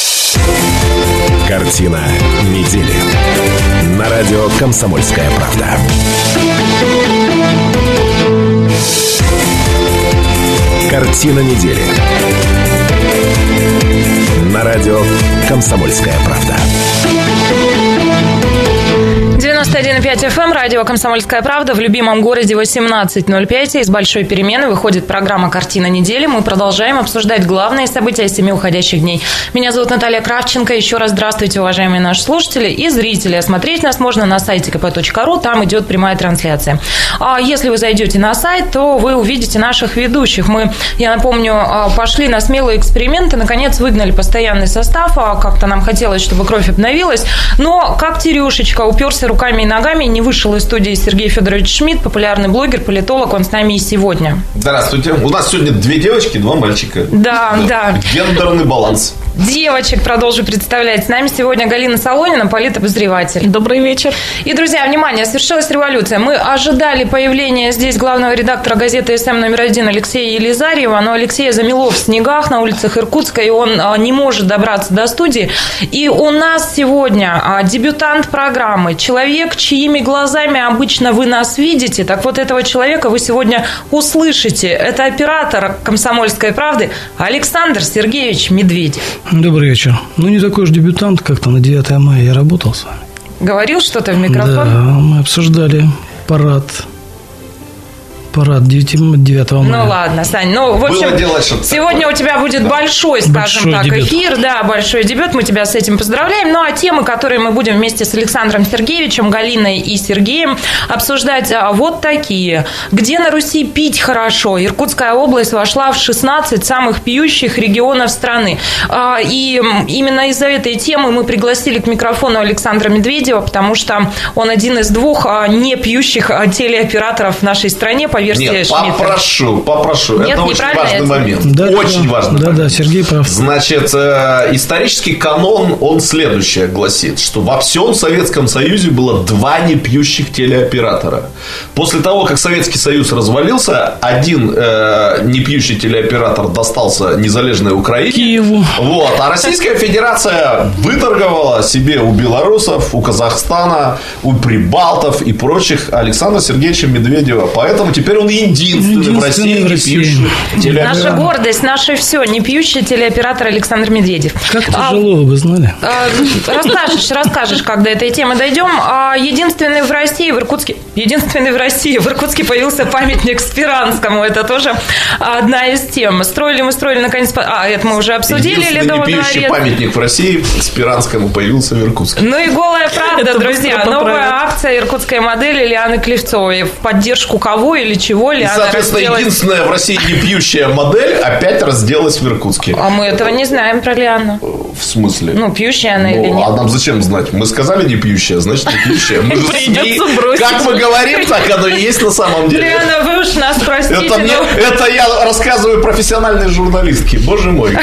Картина недели. На радио «Комсомольская правда». Картина недели. На радио «Комсомольская правда». девяносто один и пять эф эм, радио «Комсомольская правда». В любимом городе восемнадцать ноль пять. Из «Большой перемены» выходит программа «Картина недели». Мы продолжаем обсуждать главные события семи уходящих дней. Меня зовут Наталья Кравченко. Еще раз здравствуйте, уважаемые наши слушатели и зрители. Смотреть нас можно на сайте ка пэ точка ру. Там идет прямая трансляция. А если вы зайдете на сайт, то вы увидите наших ведущих. Мы, я напомню, пошли на смелые эксперименты. Наконец выгнали постоянный состав. Как-то нам хотелось, чтобы кровь обновилась. Но как терюшечка уперся руками руками и ногами. Не вышел из студии Сергей Федорович Шмидт, популярный блогер, политолог. Он с нами и сегодня. Здравствуйте. У нас сегодня две девочки, два мальчика. Да, да. да. Гендерный баланс. Девочек продолжу представлять. С нами сегодня Галина Солонина, политобозреватель. Добрый вечер. И, друзья, внимание, свершилась революция. Мы ожидали появления здесь главного редактора газеты «СМ» номер один Алексея Елизарьева, но Алексея замело в снегах на улицах Иркутска, и он не может добраться до студии. И у нас сегодня дебютант программы, человек, чьими глазами обычно вы нас видите. Так вот, этого человека вы сегодня услышите. Это оператор «Комсомольской правды» Александр Сергеевич Медведев. Добрый вечер. Ну, не такой уж дебютант, как-то на девятое мая я работал с вами. Говорил что-то в микрофон? Да, мы обсуждали парад. Парад девятого мая. Ну ладно, Сань, ну в общем, дело, сегодня такое. У тебя будет да. большой, скажем большой так, дебют. эфир, да, большой дебют, мы тебя с этим поздравляем. Ну а темы, которые мы будем вместе с Александром Сергеевичем, Галиной и Сергеем обсуждать, вот такие. Где на Руси пить хорошо? Иркутская область вошла в шестнадцать самых пьющих регионов страны. И именно из-за этой темы мы пригласили к микрофону Александра Медведева, потому что он один из двух не пьющих телеоператоров в нашей стране, по версии Нет, Шмидта. попрошу, попрошу. Нет, это очень важный это... момент. Да, очень да, важный да, момент. Да, Сергей прав. Значит, э, исторический канон, он следующее гласит, что во всем Советском Союзе было два непьющих телеоператора. После того, как Советский Союз развалился, один э, непьющий телеоператор достался незалежной Украине. Киеву. Вот, а Российская Федерация выторговала себе у белорусов, у Казахстана, у прибалтов и прочих Александра Сергеевича Медведева. Поэтому теперь он единственный, единственный в России, в России. не пьющий телеоператор. Наша гордость, наше все, не пьющий телеоператор Александр Медведев. Как тяжело, а, вы знали? А, расскажешь, расскажешь, как до этой темы дойдем. А, единственный в России, в Иркутске, единственный в России, в Иркутске появился памятник Спиранскому. Это тоже одна из тем. Строили мы, строили, наконец... А, это мы уже обсудили. Единственный не пьющий памятник в России Спиранскому появился в Иркутске. Ну и голая правда, друзья. Новая акция иркутской модели Лианы Клевцовой. В поддержку кого или чего Лиана И, соответственно, разделась... единственная в России не пьющая модель опять разделась в Иркутске. А мы этого не знаем про Лиану. В смысле? Ну, пьющая она ну, или нет? А нам зачем знать? Мы сказали не пьющая, значит не пьющая. Мы же Придется бросить. Как мы говорим, так оно и есть на самом деле. Лиана, вы уж нас простите. Это, мне, это я рассказываю профессиональной журналистке. Боже мой.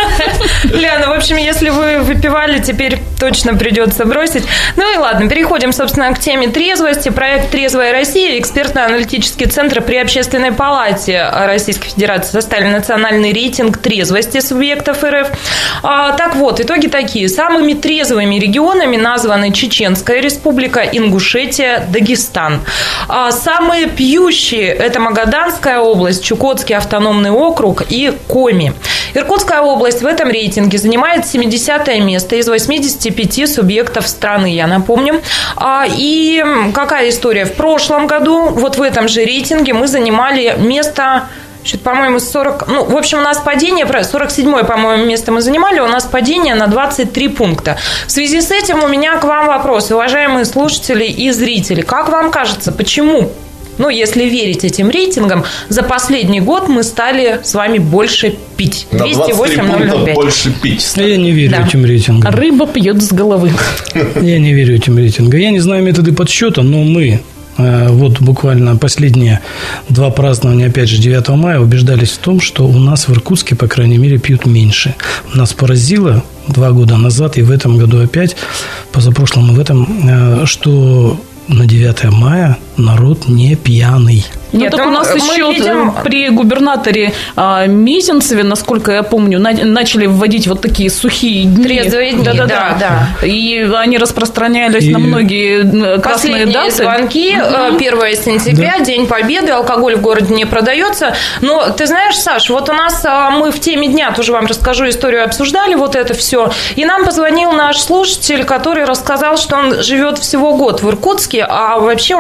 Лиана, в общем, если вы выпивали, теперь точно придется бросить. Ну и ладно, переходим, собственно, к теме трезвости. Проект «Трезвая Россия», экспертно-аналитический центр при Общественной палате Российской Федерации составили национальный рейтинг трезвости субъектов эр эф. А, так вот, итоги такие. Самыми трезвыми регионами названы Чеченская Республика, Ингушетия, Дагестан. А, самые пьющие – это Магаданская область, Чукотский автономный округ и Коми. Иркутская область в этом рейтинге занимает семидесятое место из восьмидесяти пяти субъектов страны, я напомню. А, и какая история? В прошлом году, вот в этом же рейтинге, мы занимали место... Что-то, по-моему, сорок... Ну, в общем, у нас падение... сорок седьмое, по-моему, место мы занимали. У нас падение на двадцать три пункта. В связи с этим у меня к вам вопрос, уважаемые слушатели и зрители. Как вам кажется, почему... Ну, если верить этим рейтингам, за последний год мы стали с вами больше пить. двести восемь ноль пять больше пить. Я не верю да. этим рейтингам. Рыба пьет с головы. Я не верю этим рейтингам. Я не знаю методы подсчета, но мы... Вот буквально последние два празднования, опять же, девятого мая убеждались в том, что у нас в Иркутске, по крайней мере, пьют меньше. Нас поразило два года назад и в этом году опять, позапрошлом и в этом, что на девятое мая народ не пьяный. Ну, Нет, так у нас еще видим... при губернаторе а, Мезенцеве, насколько я помню, на, начали вводить вот такие сухие дни. Трезвые дни, да, да, да, да. И они распространялись и... на многие красные Последние даты. звонки, угу. первое сентября, да. День Победы, алкоголь в городе не продается. Но ты знаешь, Саш, вот у нас мы в теме дня, тоже вам расскажу историю, обсуждали вот это все. И нам позвонил наш слушатель, который рассказал, что он живет всего год в Иркутске, а вообще он жил в Москве.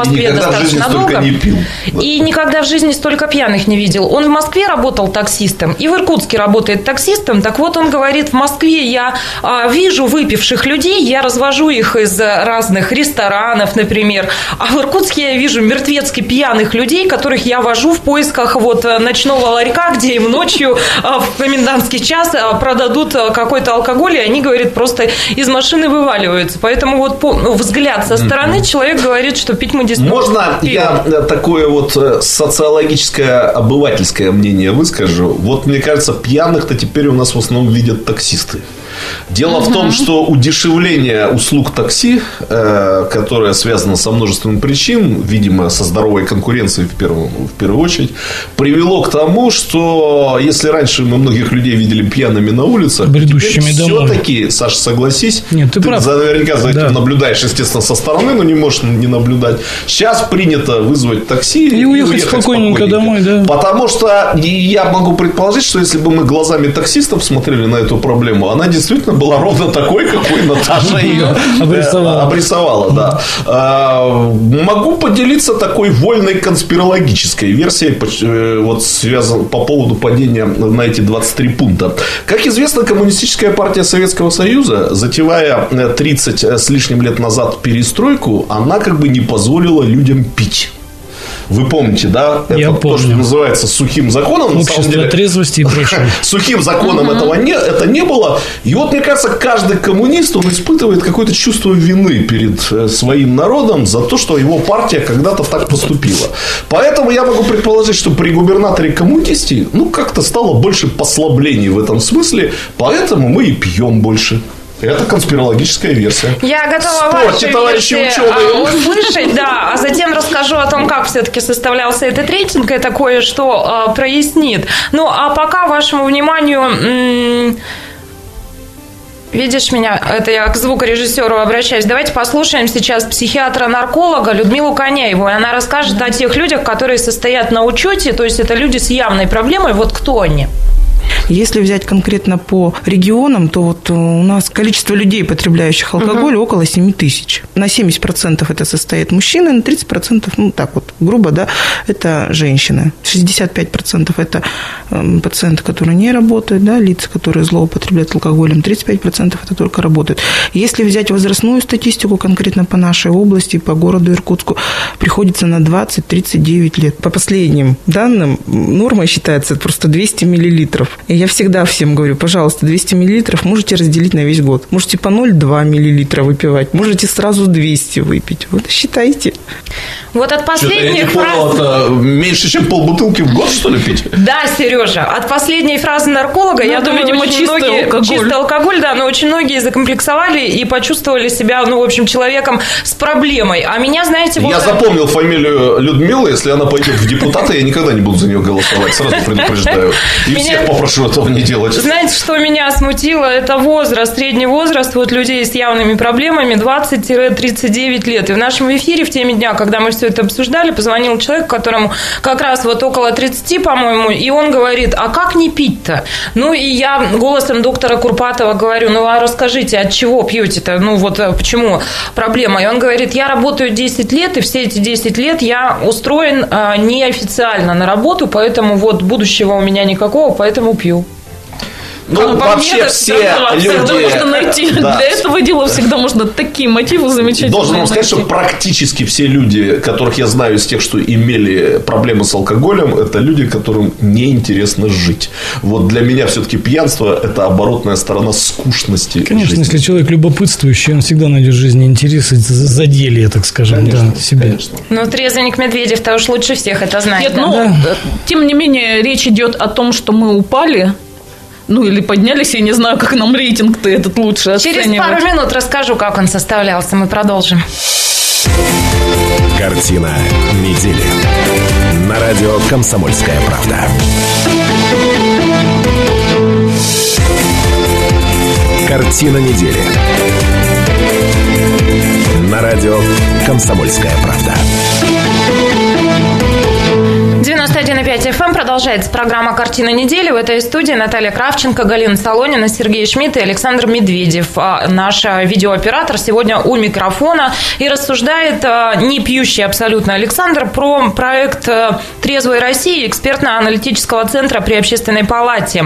Москве достаточно долго. Не пил. И никогда в жизни столько пьяных не видел. Он в Москве работал таксистом, и в Иркутске работает таксистом. Так вот, он говорит, в Москве я а, вижу выпивших людей, я развожу их из разных ресторанов, например. А в Иркутске я вижу мертвецки пьяных людей, которых я вожу в поисках вот ночного ларька, где им ночью а, в комендантский час а, продадут какой-то алкоголь, и они, говорят, просто из машины вываливаются. Поэтому вот по, ну, взгляд со стороны mm-hmm. человек говорит, что пить мы действительно Можно пьем. Я такое вот социологическое, обывательское мнение выскажу? Вот мне кажется, пьяных-то теперь у нас в основном видят таксисты. Дело uh-huh. в том, что удешевление услуг такси, э, которое связано со множеством причин, видимо, со здоровой конкуренцией в первую, в первую очередь, привело к тому, что если раньше мы многих людей видели пьяными на улицах, бредущими домой. Все-таки, Саша, согласись, Нет, ты, ты прав. наверняка за этим да. наблюдаешь, естественно, со стороны, но не можешь не наблюдать. Сейчас принято вызвать такси и, и уехать, уехать спокойненько, спокойненько домой. Да. Потому что я могу предположить, что если бы мы глазами таксистов смотрели на эту проблему, она действительно действительно была ровно такой, какой Наташа ее обрисовала. обрисовала да. Могу поделиться такой вольной конспирологической версией, вот связан по поводу падения на эти двадцать три пункта. Как известно, Коммунистическая партия Советского Союза, затевая тридцать с лишним лет назад перестройку, она как бы не позволила людям пить. Вы помните, да? Это Я то, помню. что называется сухим законом. Общество трезвости и прочее. Сухим законом uh-huh. этого не, это не было. И вот, мне кажется, каждый коммунист, он испытывает какое-то чувство вины перед своим народом за то, что его партия когда-то так поступила. Поэтому я могу предположить, что при губернаторе коммунисте, ну, как-то стало больше послаблений в этом смысле. Поэтому мы и пьем больше. Это конспирологическая версия. Я готова Спорьте, ваши товарищи версии ученые. услышать, да, а затем расскажу о том, как все-таки составлялся этот рейтинг, это кое-что а, прояснит. Ну, а пока вашему вниманию... М- Видишь меня? Это я к звукорежиссеру обращаюсь. Давайте послушаем сейчас психиатра-нарколога Людмилу Коняеву. Она расскажет о тех людях, которые состоят на учете, то есть это люди с явной проблемой. Вот кто они? Если взять конкретно по регионам, то вот у нас количество людей, потребляющих алкоголь, uh-huh. около семь тысяч. На семьдесят процентов это состоит мужчины, на тридцать процентов, ну так вот, грубо, да, это женщины. шестьдесят пять процентов это пациенты, которые не работают, да, лица, которые злоупотребляют алкоголем, тридцать пять процентов это только работают. Если взять возрастную статистику конкретно по нашей области, по городу Иркутску, приходится на двадцать-тридцать девять лет. По последним данным, норма считается просто двести миллилитров. И я всегда всем говорю, пожалуйста, двести миллилитров можете разделить на весь год. Можете по ноль целых две десятых миллилитра выпивать, можете сразу двести выпить. Вот считайте. Вот от последних фраз... Это меньше, чем полбутылки в год, что ли, пить? Да, Сережа, от последней фразы нарколога, ну, я думаю, видимо, очень чистый многие... Алкоголь. Чистый алкоголь, да, но очень многие закомплексовали и почувствовали себя, ну, в общем, человеком с проблемой. А меня, знаете... Вот я так... запомнил фамилию Людмилы, если она пойдет в депутаты, я никогда не буду за нее голосовать, сразу предупреждаю. И меня... всех попрошу этого не делать. Знаете, что меня смутило? Это возраст, средний возраст вот людей с явными проблемами двадцать-тридцать девять лет. И в нашем эфире в теме дня, когда мы все это обсуждали, позвонил человек, которому как раз вот около тридцати, по-моему, и он говорит, а как не пить-то? Ну, и я голосом доктора Курпатова говорю, ну, а расскажите, от чего пьете-то? Ну, вот почему проблема? И он говорит, я работаю десять лет, и все эти десять лет я устроен а, неофициально на работу, поэтому вот будущего у меня никакого, поэтому пью. Ну, а вообще мне, все да, люди... Всегда можно найти. Да. Для этого дела всегда можно такие мотивы замечательные. Должен вам сказать, что практически все люди, которых я знаю из тех, что имели проблемы с алкоголем, это люди, которым неинтересно жить. Вот для меня все-таки пьянство – это оборотная сторона скучности. Конечно, жизни. Если человек любопытствующий, он всегда найдет в жизни интерес и заделье, так скажем, конечно, да, себе. Конечно. Ну, трезвенник Медведев-то уж лучше всех это знает. Нет, да? ну, да. Тем не менее, речь идет о том, что мы упали. Ну, или поднялись, я не знаю, как нам рейтинг-то этот лучше оценивать. Через пару минут расскажу, как он составлялся. Мы продолжим. Картина недели. На радио «Комсомольская правда». Картина недели. На радио «Комсомольская правда». девяносто один и пять пять эф эм. Продолжается программа «Картина недели». В этой студии Наталья Кравченко, Галина Солонина, Сергей Шмидт и Александр Медведев. Наш видеооператор сегодня у микрофона. И рассуждает не пьющий абсолютно Александр про проект «Трезвой России» экспертно-аналитического центра при Общественной палате.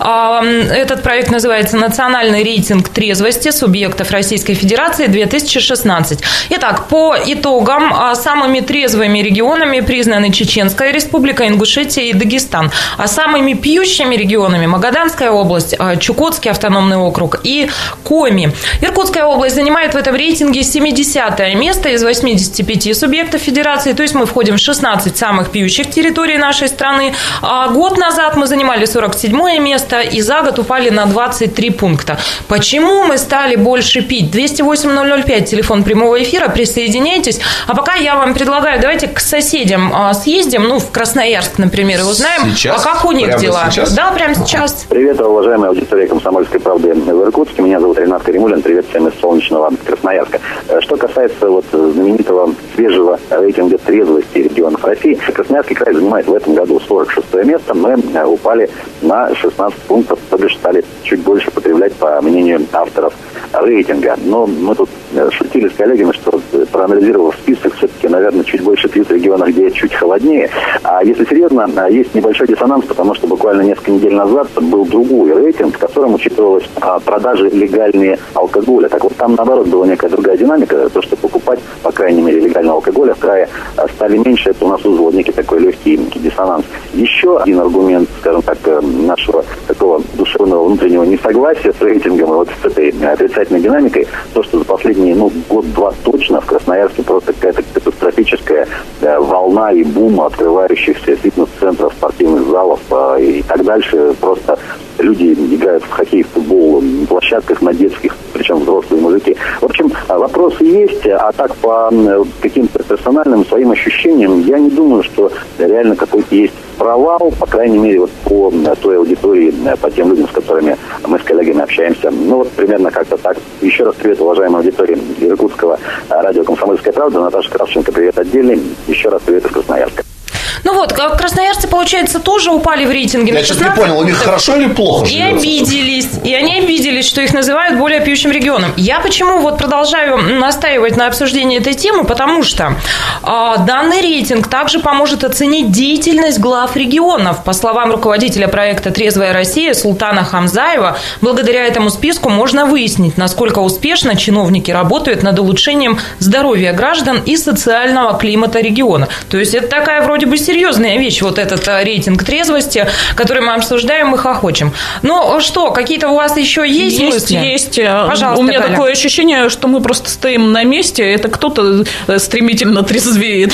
Этот проект называется «Национальный рейтинг трезвости субъектов Российской Федерации две тысячи шестнадцать». Итак, по итогам самыми трезвыми регионами признаны Чеченская Республика, Ингушетия и Дагестан. А самыми пьющими регионами Магаданская область, Чукотский автономный округ и Коми. Иркутская область занимает в этом рейтинге семидесятое место из восьмидесяти пяти субъектов Федерации, то есть мы входим в шестнадцать самых пьющих территорий нашей страны. А год назад мы занимали сорок седьмое место и за год упали на двадцать три пункта. Почему мы стали больше пить? двести восемь ноль ноль пять, телефон прямого эфира, присоединяйтесь. А пока я вам предлагаю, давайте к соседям съездим, ну, в Красноярск, например, и узнаем, сейчас? А как у них Прямо дела. Сейчас? Да, прямо сейчас. Привет, уважаемая аудитория «Комсомольской правды» в Иркутске. Меня зовут Ренат Каримулин. Привет всем из солнечного Красноярска. Что касается вот знаменитого свежего рейтинга трезвости регионов России, Красноярский край занимает в этом году сорок шестое место. Мы упали на шестнадцать пунктов, то бишь стали чуть больше потреблять, по мнению авторов рейтинга. Но мы тут шутили с коллегами, что, проанализировав список, все-таки, наверное, чуть больше пьют в регионах, где чуть холоднее. А если серьезно, есть небольшой диссонанс, потому что буквально несколько недель назад был другой рейтинг, в котором учитывалась продажи легальные алкоголя. Так вот, там, наоборот, была некая другая динамика. То, что покупать, по крайней мере, легального алкоголя в крае стали меньше, это у нас вызвало некий такой легкий диссонанс. Еще один аргумент, скажем так, нашего такого душевного внутреннего несогласия с рейтингом и вот с этой отрицательной динамикой, то, что за последние, ну, год-два точно в Красноярске просто какая-то катастрофическая э, волна и бум открывающихся фитнес-центров, спортивных залов э, и так дальше. Просто люди играют в хоккей, в футбол на площадках, на детских, причем взрослые мужики. В общем, вопросы есть, а так по каким-то персональным своим ощущениям, я не думаю, что реально какой-то есть провал, по крайней мере, вот по той аудитории, по тем людям, с которыми мы с коллегами общаемся. Ну, вот примерно как-то так. Еще раз привет, уважаемой аудитории Иркутского радио «Комсомольская правда». Наташа Кравченко, привет отдельный. Еще раз привет из Красноярска. Ну вот, красноярцы, получается, тоже упали в рейтинге. Я что-то не понял, у них хорошо или плохо живется? И обиделись, и они обиделись, что их называют более пьющим регионом. Я почему вот продолжаю настаивать на обсуждении этой темы, потому что э, данный рейтинг также поможет оценить деятельность глав регионов. По словам руководителя проекта «Трезвая Россия» Султана Хамзаева, благодаря этому списку можно выяснить, насколько успешно чиновники работают над улучшением здоровья граждан и социального климата региона. То есть это такая вроде бы серьезная вещь, вот этот рейтинг трезвости, который мы обсуждаем и хохочем. Но что, какие-то у вас еще есть, есть мысли? Есть, Пожалуйста, у меня Галя. такое ощущение, что мы просто стоим на месте, это кто-то стремительно трезвеет.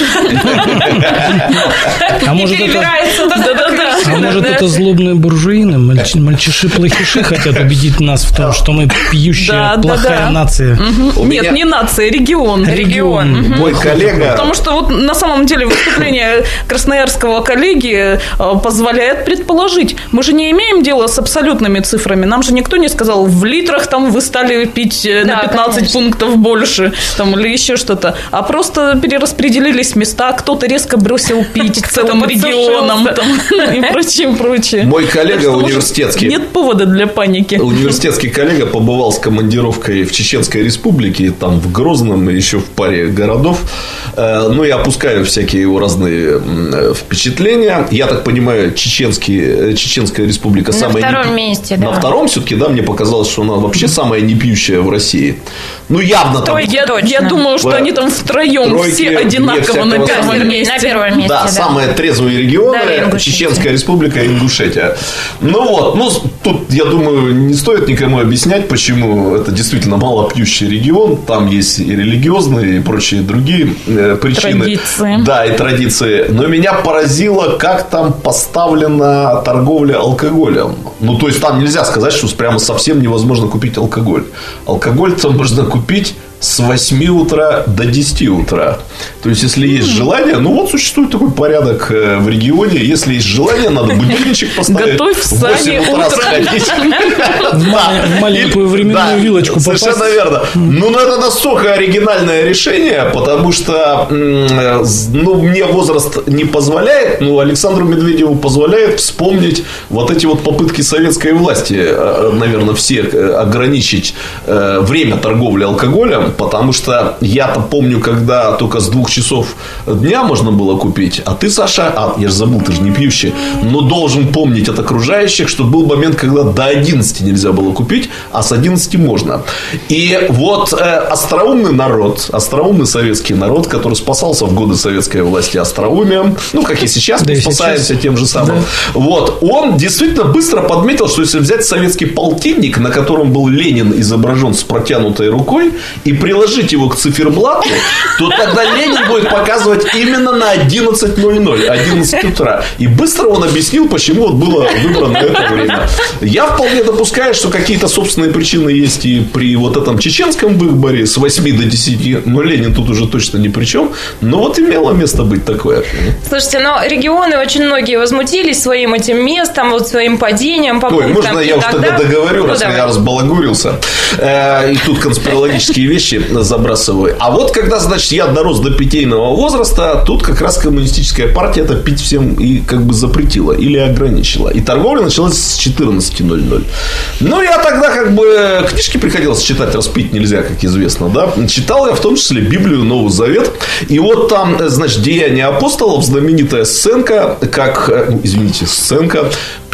А может это злобные буржуины, мальчиши-плохиши хотят убедить нас в том, что мы пьющая плохая нация? Нет, не нация, регион. Регион. Мой коллега... Потому что вот на самом деле выступление красноярского коллеги позволяет предположить. Мы же не имеем дела с абсолютными цифрами. Нам же никто не сказал, в литрах там вы стали пить да, на пятнадцать конечно. Пунктов больше там, или еще что-то. А просто перераспределились места. Кто-то резко бросил пить целым регионом там, и прочее, прочее. Мой коллега университетский... Нет повода для паники. Университетский коллега побывал с командировкой в Чеченской Республике, там в Грозном и еще в паре городов. Ну, я опускаю всякие его разные впечатления. Я так понимаю, Чеченский, Чеченская Республика на самая... На втором не... месте, да. На втором все-таки, да, мне показалось, что она вообще самая непьющая в России. Ну, явно там... Я, я думаю, что в... они там втроем Тройки, все одинаково на первом месте. На первом месте, да. Да, самые трезвые регионы, да, Чеченская Республика и Ингушетия. Ну, вот. Ну, тут, я думаю, не стоит никому объяснять, почему это действительно малопьющий регион. Там есть и религиозные, и прочие другие э, причины. Традиции. Да, и традиции. Но меня поразило, как там поставлена торговля алкоголем. Ну, то есть, там нельзя сказать, что прямо совсем невозможно купить алкоголь. Алкоголь там можно купить с восьми утра до десяти утра. То есть, если есть желание, ну вот существует такой порядок в регионе. Если есть желание, надо будильничек поставить. Готовь в сани утро. В маленькую временную вилочку попасть. Совершенно верно. Ну, это настолько оригинальное решение, потому что ну, мне возраст не позволяет, но Александру Медведеву позволяет вспомнить вот эти вот попытки советской власти, наверное, все ограничить время торговли алкоголем, потому что я-то помню, когда только с двух часов дня можно было купить, а ты, Саша, а я же забыл, ты же не пьющий, но должен помнить от окружающих, что был момент, когда до одиннадцати нельзя было купить, а с одиннадцати можно. И вот э, остроумный народ, остроумный советский народ, который спасался в годы советской власти остроумием, ну, как и сейчас мы спасаемся тем же самым, вот, он действительно быстро подметил, что если взять советский полтинник, на котором был Ленин изображен с протянутой рукой, и приложить его к циферблату, то тогда Ленин будет показывать именно на одиннадцать ноль ноль, одиннадцать утра. И быстро он объяснил, почему вот было выбрано это время. Я вполне допускаю, что какие-то собственные причины есть и при вот этом чеченском выборе с восьми до десяти, но Ленин тут уже точно ни при чем. Но вот имело место быть такое. Слушайте, но регионы очень многие возмутились своим этим местом, вот своим падением по Ой, можно я уж тогда договорю, ну, раз давай. Я разбалагурился. Э, и тут конспирологические вещи забрасываю. А вот когда, значит, я дорос до питейного возраста, тут как раз коммунистическая партия это пить всем и как бы запретила или ограничила. И торговля началась с четырнадцати ноль ноль. Ну, я тогда как бы книжки приходилось читать, раз пить нельзя, как известно, да. Читал я в том числе Библию, Новый Завет. И вот там, значит, Деяния апостолов, знаменитая сценка, как, ну, извините, сценка,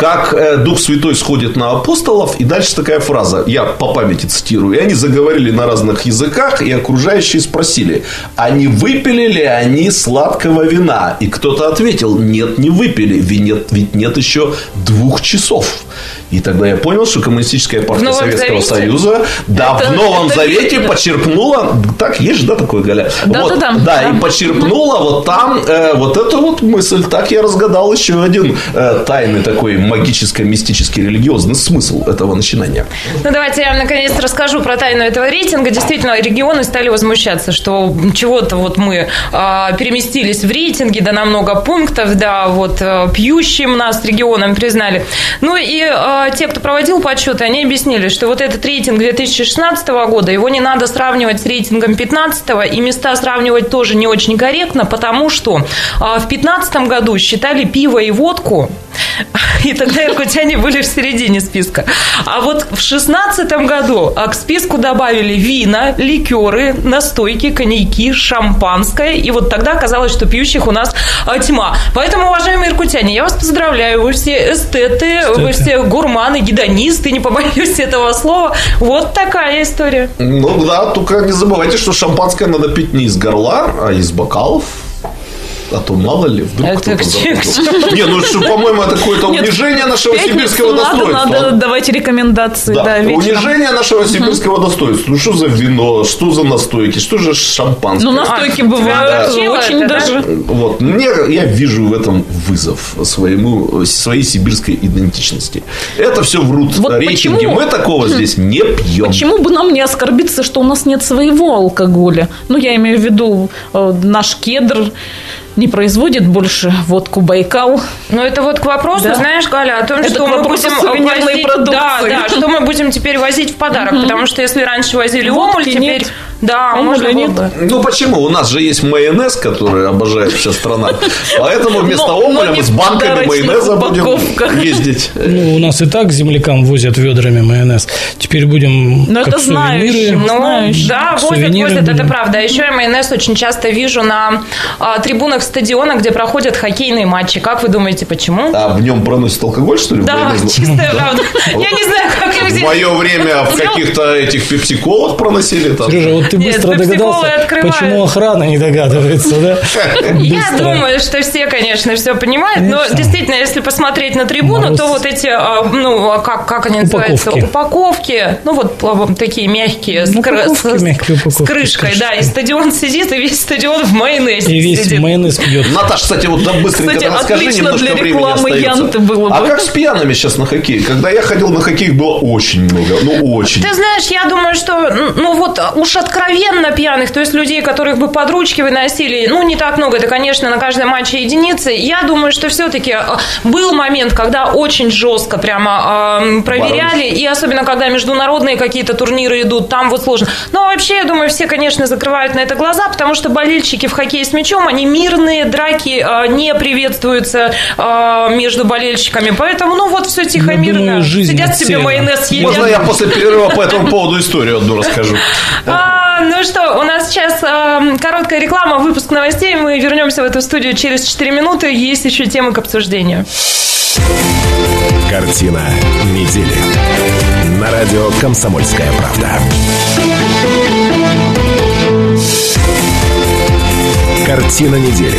как Дух Святой сходит на апостолов. И дальше такая фраза, я по памяти цитирую. И они заговорили на разных языках, и окружающие спросили, а не выпили ли они сладкого вина? И кто-то ответил, нет, не выпили, ведь нет, ведь нет еще двух часов. И тогда я понял, что коммунистическая партия Советского Завете? Союза, да, это, в Новом это Завете видно. Почерпнула, так, есть же, да, такое, Галя? Да, вот, да, да, да, да. И почерпнула вот там э, вот эту вот мысль. Так я разгадал еще один э, тайный такой магический, мистический, религиозный смысл этого начинания. Ну, давайте я наконец расскажу про тайну этого рейтинга. Действительно, регионы стали возмущаться, что чего-то вот мы э, переместились в рейтинге, да, на много пунктов, да, вот э, пьющим нас регионом признали. Ну, и э, те, кто проводил подсчеты, они объяснили, что вот этот рейтинг две тысячи шестнадцатого года, его не надо сравнивать с рейтингом пятнадцатого, и места сравнивать тоже не очень корректно, потому что э, в пятнадцатом году считали пиво и водку, и тогда иркутяне были в середине списка. А вот в шестнадцатом году к списку добавили вина, ликеры, настойки, коньяки, шампанское. И вот тогда оказалось, что пьющих у нас тьма. Поэтому, уважаемые иркутяне, я вас поздравляю. Вы все эстеты, эстеты. Вы все гурманы, гедонисты, не побоюсь этого слова. Вот такая история. Ну да, только не забывайте, что шампанское надо пить не из горла, а из бокалов. А то мало ли, вдруг это кто-то запутал. Не, ну что, по-моему, это какое-то унижение нашего сибирского достоинства. Надо давать рекомендации. Да, унижение нашего сибирского достоинства. Ну что за вино, что за настойки, что же шампанское. Ну, настойки бывают очень даже. Вот, мне, я вижу в этом вызов своему, своей сибирской идентичности. Это все врут рейтинги. Мы такого здесь не пьем. Почему бы нам не оскорбиться, что у нас нет своего алкоголя? Ну, я имею в виду наш кедр не производит больше водку Байкал. Но это вот к вопросу, да. Знаешь, Галя, о том, это что мы будем возить, да, да, что мы будем теперь возить в подарок, угу. Потому что если раньше возили омуль, теперь нет. Да, можно нет. Бы. Ну почему? У нас же есть майонез, который обожает вся страна. Поэтому вместо но, омуля но мы с банками майонеза будем ездить. Ну, у нас и так землякам возят ведрами майонез. Теперь будем но как это сувениры. Ну, да, возят, возят, это правда. А еще я майонез очень часто вижу на а, трибунах стадиона, где проходят хоккейные матчи. Как вы думаете, почему? А в нем проносят алкоголь, что ли? Да, чистая правда. Я не знаю, как их здесь... В мое время в каких-то этих пепси-колах проносили. Сережа, вот ты быстро догадался, почему охрана не догадывается, да? Я думаю, что все, конечно, все понимают, но действительно, если посмотреть на трибуну, то вот эти, ну, как они называются? Упаковки. Ну, вот такие мягкие, с крышкой, да, и стадион сидит, и весь стадион в майонезе сидит. И весь майонез Янты спьет. Наташ, кстати, вот да, быстренько Кстати, расскажи, немножко времени остается. Янты было бы. А как с пьяными сейчас на хоккее? Когда я ходил на хоккей, их было очень много. Ну, очень. Ты знаешь, я думаю, что, ну, вот уж откровенно пьяных, то есть людей, которых бы под ручки выносили, ну, не так много. Это, конечно, на каждом матче единицы. Я думаю, что все-таки был момент, когда очень жестко прямо э, проверяли. И особенно, когда международные какие-то турниры идут, там вот сложно. Но вообще, я думаю, все, конечно, закрывают на это глаза, потому что болельщики в хоккее с мячом, они мирные, драки э, не приветствуются э, между болельщиками. Поэтому, ну, вот все тихо, мирно. Сидят себе майонез едят. Можно я после перерыва по этому поводу историю одну расскажу? А, ну что, у нас сейчас э, короткая реклама, выпуск новостей. Мы вернемся в эту студию через четыре минуты. Есть еще темы к обсуждению. Картина недели. На радио «Комсомольская правда». Картина недели.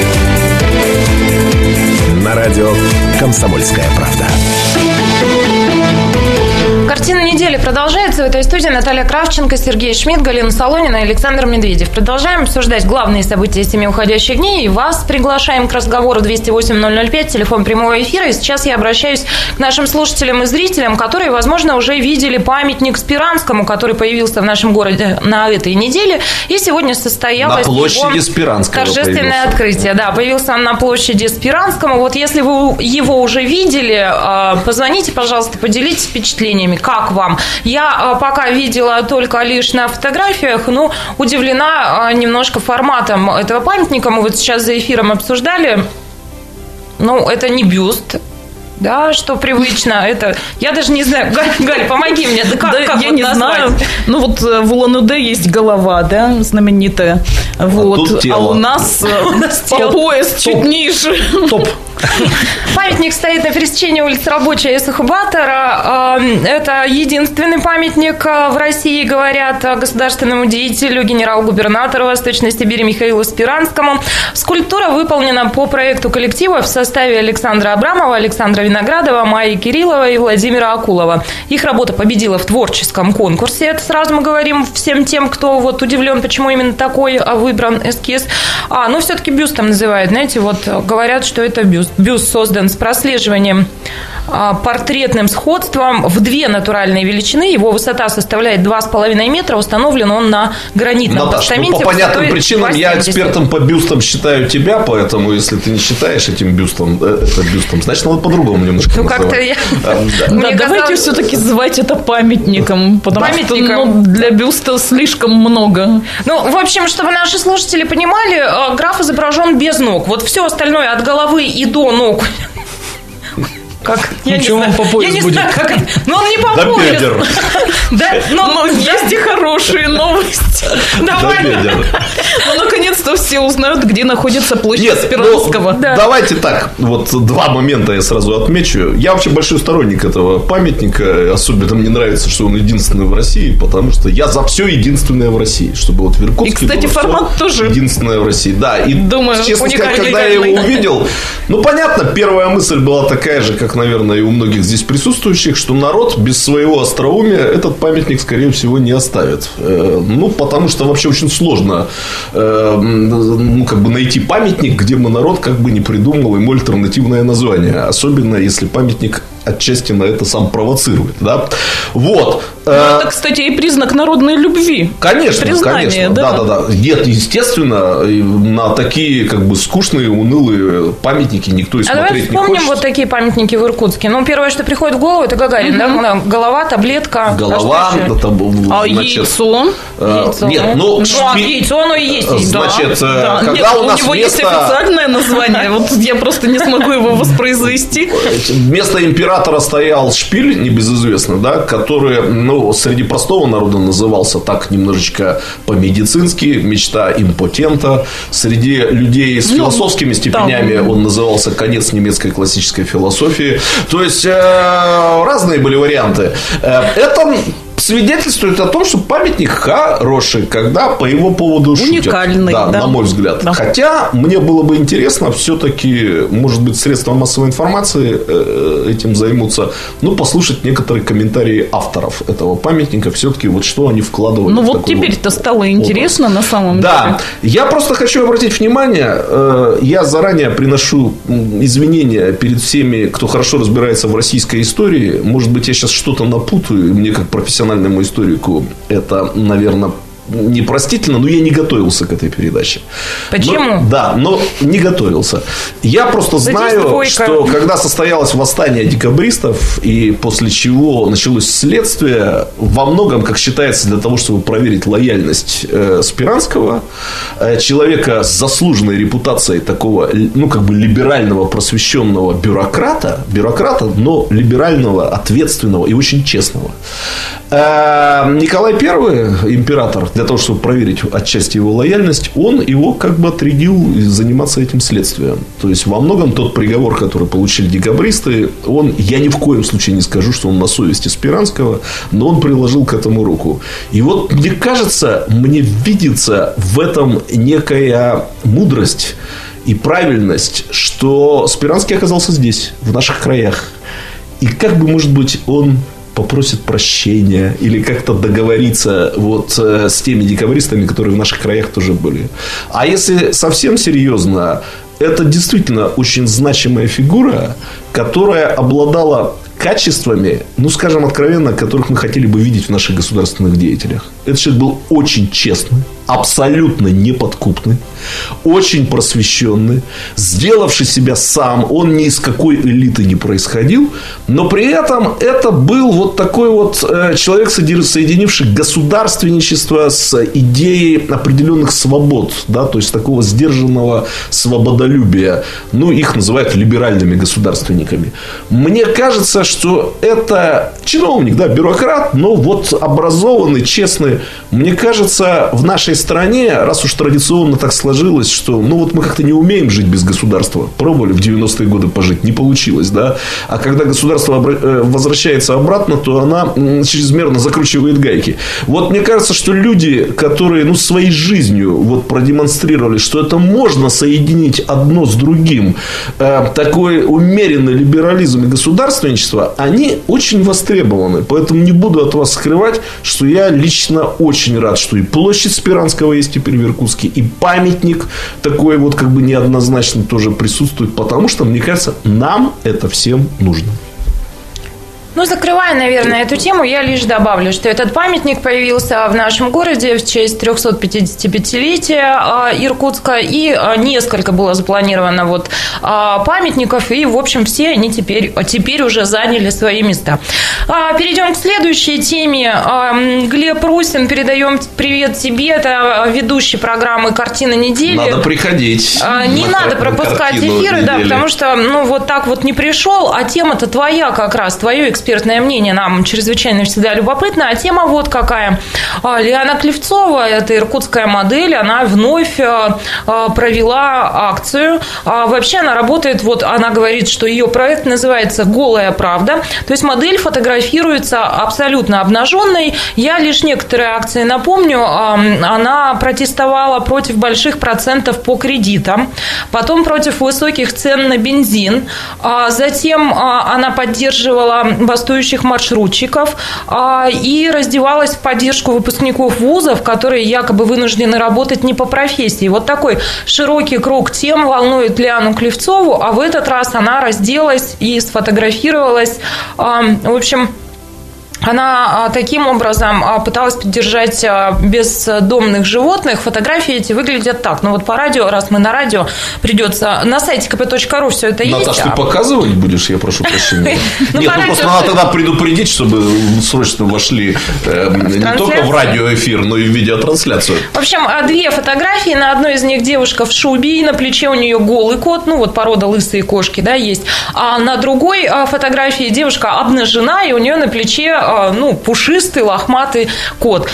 На радио «Комсомольская правда». Картина недели продолжается. В этой студии Наталья Кравченко, Сергей Шмидт, Галина Солонина и Александр Медведев. Продолжаем обсуждать главные события семи уходящих дней. И вас приглашаем к разговору двести восемь ноль ноль пять, телефон прямого эфира. И сейчас я обращаюсь к нашим слушателям и зрителям, которые, возможно, уже видели памятник Спиранскому, который появился в нашем городе на этой неделе. И сегодня состоялось на площади Спиранского торжественное появился. открытие. Да, появился он на площади Спиранскому. Вот если вы его уже видели, позвоните, пожалуйста, поделитесь впечатлениями. Как вам? Я пока видела только лишь на фотографиях, но удивлена немножко форматом этого памятника. Мы вот сейчас за эфиром обсуждали. Ну, это не бюст. Да, что привычно, это... Я даже не знаю. Галь, Галь помоги мне. Да как, да, как я вот не назвать? знаю. Ну, вот в Улан-Удэ есть голова, да, знаменитая. Вот. А, а у нас, у нас по пояс чуть Топ. ниже. Топ. Памятник стоит на пересечении улиц Рабочая и Сухобатора. Это единственный памятник в России, говорят, государственному деятелю, генерал-губернатору Восточной Сибири Михаилу Спиранскому. Скульптура выполнена по проекту коллектива в составе Александра Абрамова, Александра Виноградова, Майи Кириллова и Владимира Акулова. Их работа победила в творческом конкурсе. Это сразу мы говорим всем тем, кто вот удивлен, почему именно такой выбран эскиз. А, ну, все-таки бюстом называют, знаете, вот говорят, что это бюст. Бюст создан с прослеживанием а, портретным сходством в две натуральные величины. Его высота составляет два с половиной метра. Установлен он на гранитном Наташ, постаменте. Ну, по понятным причинам я экспертом по бюстам считаю тебя, поэтому если ты не считаешь этим бюстом, это бюстом, значит, надо по-другому немножко ну, называть. как-то я... Да, да, давайте все-таки звать это памятником, потому Памятником. что ну, для бюста слишком много. Ну, в общем, чтобы наши слушатели понимали, граф изображен без ног. Вот все остальное от головы и до ног. Как? Я ну, не что знаю. он по пояс Я не будет? знаю, как это. Но он не по До пояс. бедер. Да, но, но есть и хорошие новости. Давай. Ну, наконец-то все узнают, где находится площадь Нет, Спиранского. Ну, да. Давайте так, вот два момента я сразу отмечу. Я вообще большой сторонник этого памятника. Особенно мне нравится, что он единственный в России, потому что я за все единственное в России. Чтобы вот в Иркутске и, кстати, было формат тоже единственное в России. Да, и, думаю, честно сказать, когда я его увидел, ну, понятно, первая мысль была такая же, как, наверное, и у многих здесь присутствующих, что народ без своего остроумия этот памятник, скорее всего, не оставит. Ну, потому что вообще очень сложно ну, как бы найти памятник, где бы народ как бы не придумал ему альтернативное название. Особенно, если памятник отчасти на это сам провоцирует, да? Вот. Ну, это, кстати, и признак народной любви. Конечно, признание, конечно. Да? да, да, да. Нет, естественно, на такие как бы скучные, унылые памятники никто и смотреть не хочет. А давай вспомним вот такие памятники в Иркутске. Ну, первое, что приходит в голову, это Гагарин, угу. да? Голова, таблетка. Голова, а, это, а значит, яйцо? яйцо? Нет, ну, ну шпи... а яйцо, оно и есть. Значит, да. когда Нет, у нас у него вместо... есть официальное название, вот я просто не смогу его воспроизвести. Вместо императора стоял шпиль, небезызвестный, да, который, ну, среди простого народа назывался так немножечко по-медицински, мечта импотента. Среди людей с философскими степенями там... он назывался конец немецкой классической философии. То есть, э, разные были варианты. Это свидетельствует о том, что памятник хороший, когда по его поводу шутят. Уникальный, да, да. на мой взгляд. Да. Хотя мне было бы интересно, все-таки, может быть, средства массовой информации этим займутся, ну, послушать некоторые комментарии авторов этого памятника, все-таки вот что они вкладывают. Ну, в вот теперь-то вот стало интересно образ. На самом да. деле. Да, я просто хочу обратить внимание, я заранее приношу извинения перед всеми, кто хорошо разбирается в российской истории. Может быть, я сейчас что-то напутаю, мне как профессиональному историку это, наверное, непростительно, но я не готовился к этой передаче. Почему? Но, да, но не готовился. Я просто знаю, что когда состоялось восстание декабристов, и после чего началось следствие, во многом, как считается, для того, чтобы проверить лояльность э, Спиранского, э, человека с заслуженной репутацией такого, ну, как бы либерального, просвещенного бюрократа, бюрократа, но либерального, ответственного и очень честного. Э, Николай Первый, император, для того, чтобы проверить отчасти его лояльность, он его как бы отрядил заниматься этим следствием. То есть, во многом тот приговор, который получили декабристы, он, я ни в коем случае не скажу, что он на совести Спиранского, но он приложил к этому руку. И вот, мне кажется, мне видится в этом некая мудрость и правильность, что Спиранский оказался здесь, в наших краях. И как бы, может быть, он попросит прощения или как-то договориться вот с теми декабристами, которые в наших краях тоже были. А если совсем серьезно, это действительно очень значимая фигура, которая обладала качествами, ну, скажем откровенно, которых мы хотели бы видеть в наших государственных деятелях. Этот человек был очень честный, абсолютно неподкупный, очень просвещенный, сделавший себя сам. Он ни из какой элиты не происходил, но при этом это был вот такой вот человек, соединивший государственничество с идеей определенных свобод, да, то есть такого сдержанного свободолюбия. Ну, их называют либеральными государственниками. Мне кажется, что это чиновник, да, бюрократ, но вот образованный, честный. Мне кажется, в нашей стране, раз уж традиционно так сложилось, что, ну, вот мы как-то не умеем жить без государства. Пробовали в девяностые годы пожить, не получилось, да. А когда государство возвращается обратно, то она чрезмерно закручивает гайки. Вот мне кажется, что люди, которые, ну, своей жизнью вот продемонстрировали, что это можно соединить одно с другим, э, такой умеренный либерализм и государственничество, они очень востребованы. Поэтому не буду от вас скрывать, что я лично очень рад, что и площадь Спиранского есть теперь в Иркутске, и памятник такой вот как бы неоднозначно тоже присутствует, потому что, мне кажется, нам это всем нужно. Ну, закрывая, наверное, эту тему, я лишь добавлю, что этот памятник появился в нашем городе в честь трехсот пятидесятипятилетия Иркутска, и несколько было запланировано вот памятников, и, в общем, все они теперь, теперь уже заняли свои места. Перейдем к следующей теме. Глеб Русин, передаем привет тебе, это ведущий программы «Картина недели». Надо приходить. Не на, надо пропускать эфиры, да, потому что, ну, вот так вот не пришел, а тема-то твоя как раз, твое экспертное экспертное мнение нам чрезвычайно всегда любопытно. А тема вот какая. Лиана Клевцова, это иркутская модель, она вновь провела акцию. Вообще она работает, вот она говорит, что ее проект называется «Голая правда». То есть модель фотографируется абсолютно обнаженной. Я лишь некоторые акции напомню. Она протестовала против больших процентов по кредитам, потом против высоких цен на бензин, затем она поддерживала бастующих маршрутчиков и раздевалась в поддержку выпускников вузов, которые якобы вынуждены работать не по профессии. Вот такой широкий круг тем волнует Лиану Клевцову, а в этот раз она разделась и сфотографировалась. В общем, она таким образом пыталась поддержать бездомных животных. Фотографии эти выглядят так. Ну вот по радио, раз мы на радио, придется на сайте ка пэ точка ру все это есть. Наташ, ты показывать будешь? Я прошу прощения. Нет, ну просто надо тогда предупредить, чтобы срочно вошли не только в радиоэфир, но и в видеотрансляцию. В общем, две фотографии. На одной из них девушка в шубе, и на плече у нее голый кот. Ну вот порода лысые кошки, да, есть. А на другой фотографии девушка обнажена, и у нее на плече ну, пушистый, лохматый кот.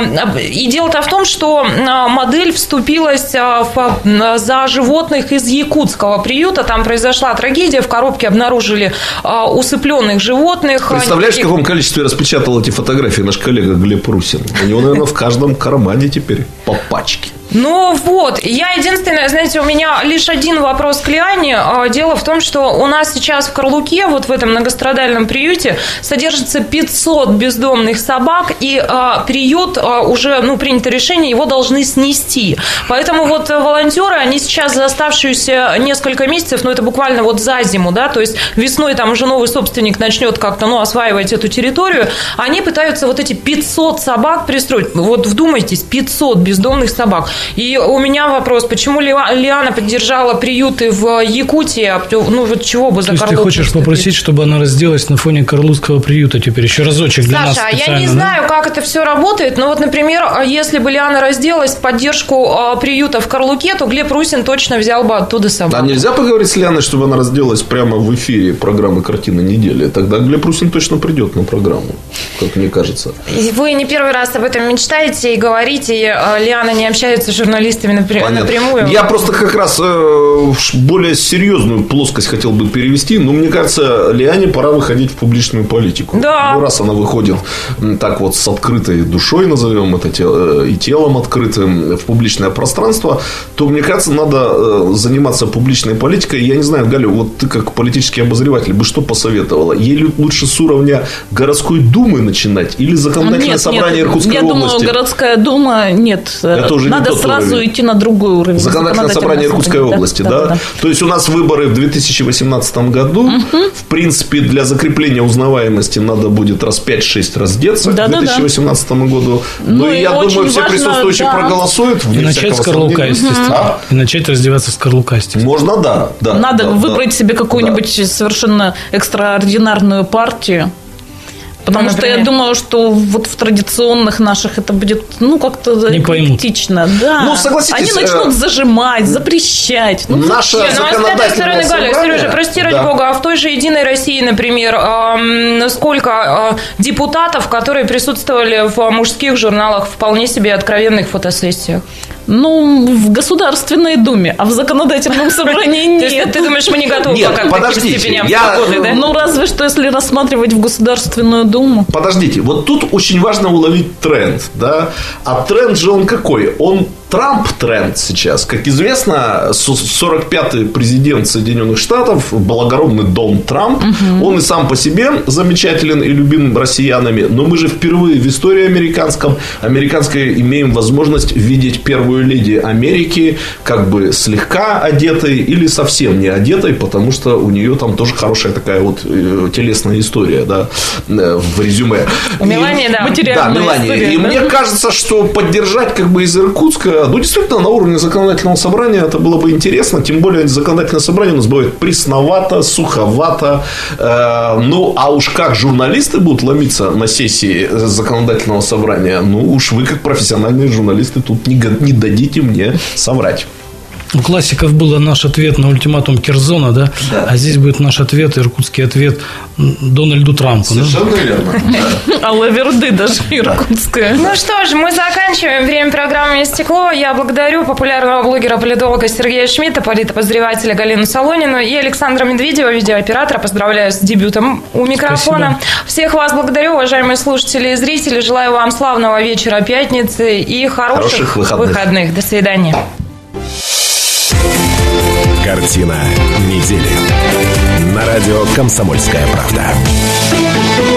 И дело-то в том, что модель вступилась в, за животных из якутского приюта. Там произошла трагедия, в коробке обнаружили усыпленных животных. Представляешь, в каком количестве распечатал эти фотографии наш коллега Глеб Русин? У него, наверное, в каждом кармане теперь по пачке. Ну вот, я единственное, знаете, у меня лишь один вопрос к Лиане. Дело в том, что у нас сейчас в Карлуке, вот в этом многострадальном приюте, содержится пятьсот бездомных собак, и а, приют а, уже, ну, принято решение, его должны снести. Поэтому вот волонтеры, они сейчас за оставшиеся несколько месяцев, ну, это буквально вот за зиму, да, то есть весной там уже новый собственник начнет как-то, ну, осваивать эту территорию, они пытаются вот эти пятьсот собак пристроить. Вот вдумайтесь, пятьсот бездомных собак. И у меня вопрос, почему Лиана поддержала приюты в Якутии, ну вот чего бы за Карлук? То есть ты хочешь попросить, чтобы она разделась на фоне Карлукского приюта теперь еще разочек для Саша, нас специально? Саша, я не да? знаю, как это все работает, но вот, например, если бы Лиана разделась в поддержку приюта в Карлуке, то Глеб Русин точно взял бы оттуда собаку. А нельзя поговорить с Лианой, чтобы она разделась прямо в эфире программы «Картина недели»? Тогда Глеб Русин точно придет на программу, как мне кажется. Вы не первый раз об этом мечтаете и говорите, и Лиана не общается с журналистами Понятно. напрямую. Я просто как раз э, более серьезную плоскость хотел бы перевести. Но мне кажется, Лиане пора выходить в публичную политику. Да. Ну, раз она выходит так вот с открытой душой, назовем это, и телом открытым в публичное пространство, то, мне кажется, надо заниматься публичной политикой. Я не знаю, Галя, вот ты как политический обозреватель бы что посоветовала? Ей лучше с уровня городской думы начинать или законодательное нет, собрание нет. Иркутской Я области? Я думаю, городская дума, нет. Это уже надо не сразу уровень. идти на другой уровень. Законодательное собрание Иркутской да? области, да, да? Да, да? То есть у нас выборы в две тысячи восемнадцатом году. Угу. В принципе, для закрепления узнаваемости надо будет раз пять-шесть раздеться да, к две тысячи восемнадцатому да, да. году. Ну, ну и я думаю, все важно, присутствующие да. проголосуют. И начать с Карлука, естественно. А? И начать раздеваться с Карлука, естественно. Можно, да. да надо да, выбрать да. себе какую-нибудь да. совершенно экстраординарную партию. Потому ну, что я думаю, что вот в традиционных наших это будет, ну, как-то критично. Да. Ну, согласитесь. Они начнут зажимать, запрещать. Ну, наша не, законодательная ну, Галя, Сережа, прости ради да. бога, а в той же «Единой России», например, э, сколько э, депутатов, которые присутствовали в мужских журналах, вполне себе откровенных фотосессиях? Ну, в Государственной Думе, а в законодательном собрании нет. То есть ты думаешь, мы не готовы пока к таким степеням свободы, да? Ну, разве что, если рассматривать в Государственную Думу. Подождите, вот тут очень важно уловить тренд, да? А тренд же он какой? Он Трамп-тренд сейчас. Как известно, сорок пятый президент Соединенных Штатов, благородный Дон Трамп, угу. он и сам по себе замечателен и любим россиянами, но мы же впервые в истории американском, американской имеем возможность видеть первую леди Америки как бы слегка одетой или совсем не одетой, потому что у нее там тоже хорошая такая вот телесная история, да, в резюме. У Мелании, да. Да, Мелания. История, и да? мне кажется, что поддержать как бы из Иркутска, ну, действительно, на уровне законодательного собрания это было бы интересно. Тем более, законодательное собрание у нас бывает пресновато, суховато. Э, ну, а уж как журналисты будут ломиться на сессии законодательного собрания, ну, уж вы, как профессиональные журналисты, тут не, не дадите мне соврать. У классиков был наш ответ на ультиматум Керзона, да? да. А здесь будет наш ответ, иркутский ответ Дональду Трампу. Совершенно да? верно. А лаверды даже иркутская. Ну что ж, мы заканчиваем. Время программы «Истекло». Я благодарю популярного блогера-политолога Сергея Шмидта, политоподозревателя Галину Солонину и Александра Медведева, видеооператора. Поздравляю с дебютом у микрофона. Спасибо. Всех вас благодарю, уважаемые слушатели и зрители. Желаю вам славного вечера пятницы и хороших, хороших выходных. выходных. До свидания. Картина недели. На радио «Комсомольская правда».